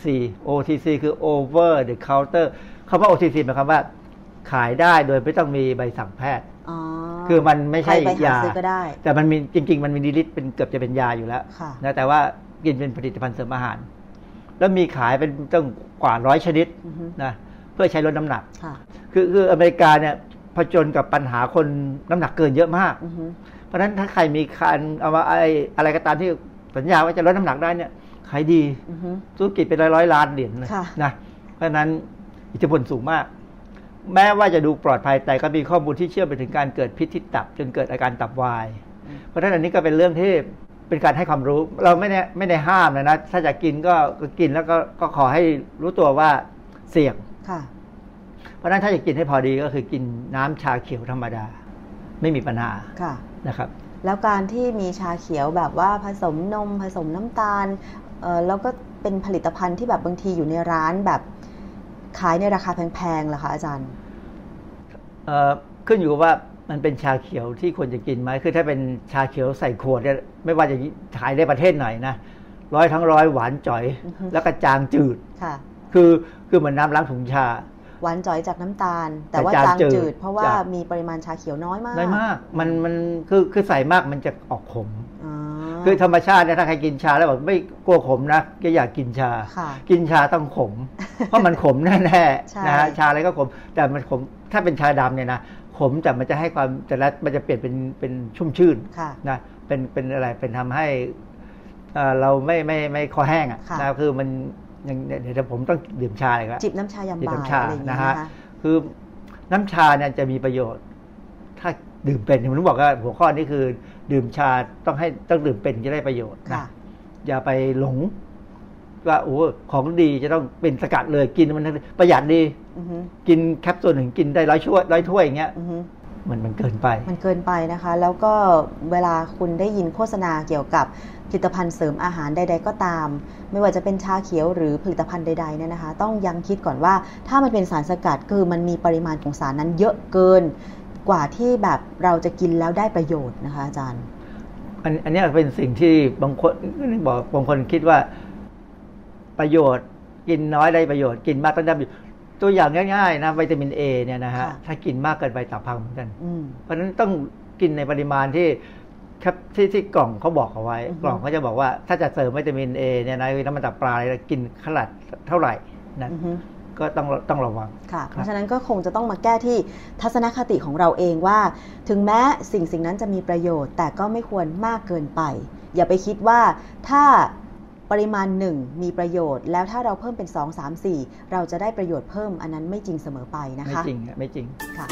OTC คือ over the counter คำว่า OTC หมายความว่าขายได้โดยไม่ต้องมีใบสั่งแพทย์คือมันไม่ใช่ยาแต่มันมีจริงๆมันมีฤทธิ์เป็นเกือบจะเป็นยาอยู่แล้วนะแต่ว่ากินเป็นผลิตภัณฑ์เสริมอาหารแล้วมีขายเป็นตั้งกว่า100ชนิดนะเพื่อใช้ลดน้ำหนักคืออเมริกาเนี่ยผจญกับปัญหาคนน้ำหนักเกินเยอะมากเพราะฉะนั้นถ้าใครมีการเอามาอะไรก็ตามที่สัญญาว่าจะลดน้ำหนักได้เนี่ยขายดีธุรกิจเป็นร้อยล้านเหรียญนะเพราะฉะนั้นอิทธิพลสูงมากแม้ว่าจะดูปลอดภัยแต่ก็มีข้อมูลที่เชื่อมไปถึงการเกิดพิษที่ตับจนเกิดอาการตับวายเพราะฉะนั้นอันนี้ก็เป็นเรื่องที่เป็นการให้ความรู้เราไม่ได้ห้ามนะถ้าจะกินก็กินแล้วก็ขอให้รู้ตัวว่าเสี่ยงเพราะฉะนั้นถ้าจะกินให้พอดีก็คือกินน้ำชาเขียวธรรมดาไม่มีปัญหานะครับแล้วการที่มีชาเขียวแบบว่าผสมนมผสมน้ำตาลแล้วก็เป็นผลิตภัณฑ์ที่แบบบางทีอยู่ในร้านแบบขายในราคาแพงๆเหรอคะอาจารย์ขึ้นอยู่กับว่ามันเป็นชาเขียวที่ควรจะกินไหมคือถ้าเป็นชาเขียวใส่ขวดเนี่ยไม่ว่าจะขายในประเทศไหนนะทั้งร้อยหวานจ่อยแล้วก็จางจืดคือเหมือนน้ำล้างถุงชาหวานจ่อยจากน้ำตาลแต่ว่าจางจืดเพราะว่ามีปริมาณชาเขียวน้อยมากมันคือใส่มากมันจะออกขมคือธรรมชาติเนี่ยถ้าใครกินชาแล้วบอกไม่กลัวขมนะก็อยากกินชากินชาต้องขมเพราะมันขมแน่ๆนะฮะชาอะไรก็ขมแต่มันขมถ้าเป็นชาดำเนี่ยนะขมแต่มันจะให้ความแต่ละมันจะเปลี่ยนเป็นชุ่มชื่นนะเป็นอะไรเป็นทำให้เราไม่คอแห้งอ่ะนะคือมันเดี๋ยวผมต้องดื่มชาเลยครับจิบน้ำชายามบ่ายอะไรอย่างเงี้ยนะฮะคือน้ำชาเนี่ยจะมีประโยชน์ถ้าดื่มเป็นผมต้องบอกว่าหัวข้อนี้คือดื่มชาต้องดื่มเป็นจะได้ประโยชน์นะอย่าไปหลงว่าโอ้ของดีจะต้องเป็นสกัดเลยกินมันประหยัดดีกินแคปซูลหนึ่งกินได้100 ถ้วยอย่างเงี้ยมันเกินไปนะคะแล้วก็เวลาคุณได้ยินโฆษณาเกี่ยวกับผลิตภัณฑ์เสริมอาหารใดๆก็ตามไม่ว่าจะเป็นชาเขียวหรือผลิตภัณฑ์ใดๆเนี่ยนะคะต้องยังคิดก่อนว่าถ้ามันเป็นสารสกัดคือมันมีปริมาณของสารนั้นเยอะเกินกว่าที่แบบเราจะกินแล้วได้ประโยชน์นะคะอาจารย์อันนี้เป็นสิ่งที่บางคนคิดว่าประโยชน์กินน้อยได้ประโยชน์กินมากต้องได้ตัวอย่างง่ายๆนะวิตามิน A เนี่ยนะฮะถ้ากินมากเกินไปตับพังเหมือนกันเพราะฉะนั้นต้องกินในปริมาณที่กล่องเขาบอกเอาไว้กล่องเขาจะบอกว่าถ้าจะเสริมวิตามิน A เนี่ยนะน้ำมันตับปลากินขนาดเท่าไหร่นะก็ต้องระวังค่ะเพราะฉะนั้นก็คงจะต้องมาแก้ที่ทัศนคติของเราเองว่าถึงแม้สิ่งนั้นจะมีประโยชน์แต่ก็ไม่ควรมากเกินไปอย่าไปคิดว่าถ้าปริมาณ1มีประโยชน์แล้วถ้าเราเพิ่มเป็น2 3 4เราจะได้ประโยชน์เพิ่มอันนั้นไม่จริงเสมอไปนะคะไม่จริงค่ะ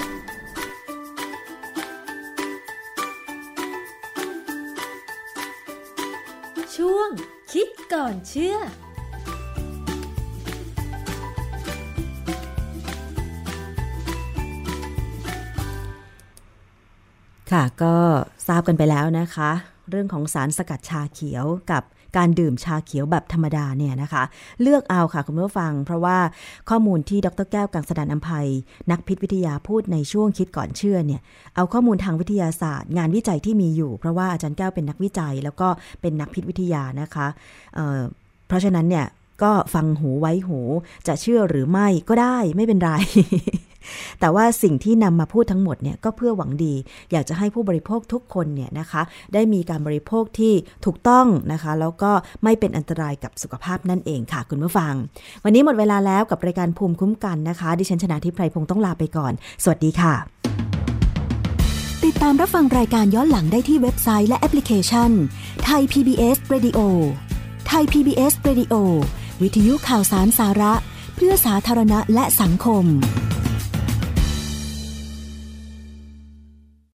ช่วงคิดก่อนเชื่อค่ะก็ทราบกันไปแล้วนะคะเรื่องของสารสกัดชาเขียวกับการดื่มชาเขียวแบบธรรมดาเนี่ยนะคะเลือกเอาค่ะคุณผู้ฟังเพราะว่าข้อมูลที่ดร.แก้วกังสดาลอำไพนักพิษวิทยาพูดในช่วงคิดก่อนเชื่อเนี่ยเอาข้อมูลทางวิทยาศาสตร์งานวิจัยที่มีอยู่เพราะว่าอาจารย์แก้วเป็นนักวิจัยแล้วก็เป็นนักพิษวิทยานะคะเพราะฉะนั้นเนี่ยก็ฟังหูไว้หูจะเชื่อหรือไม่ก็ได้ไม่เป็นไร แต่ว่าสิ่งที่นำมาพูดทั้งหมดเนี่ยก็เพื่อหวังดีอยากจะให้ผู้บริโภคทุกคนเนี่ยนะคะได้มีการบริโภคที่ถูกต้องนะคะแล้วก็ไม่เป็นอันตรายกับสุขภาพนั่นเองค่ะคุณผู้ฟังวันนี้หมดเวลาแล้วกับรายการภูมิคุ้มกันนะคะดิฉันชนาธิปไพรพงศ์ต้องลาไปก่อนสวัสดีค่ะติดตามรับฟังรายการย้อนหลังได้ที่เว็บไซต์และแอปพลิเคชัน Thai PBS Radio Thai PBS Radio วิทยุข่าวสารสาระเพื่อสาธารณะและสังคม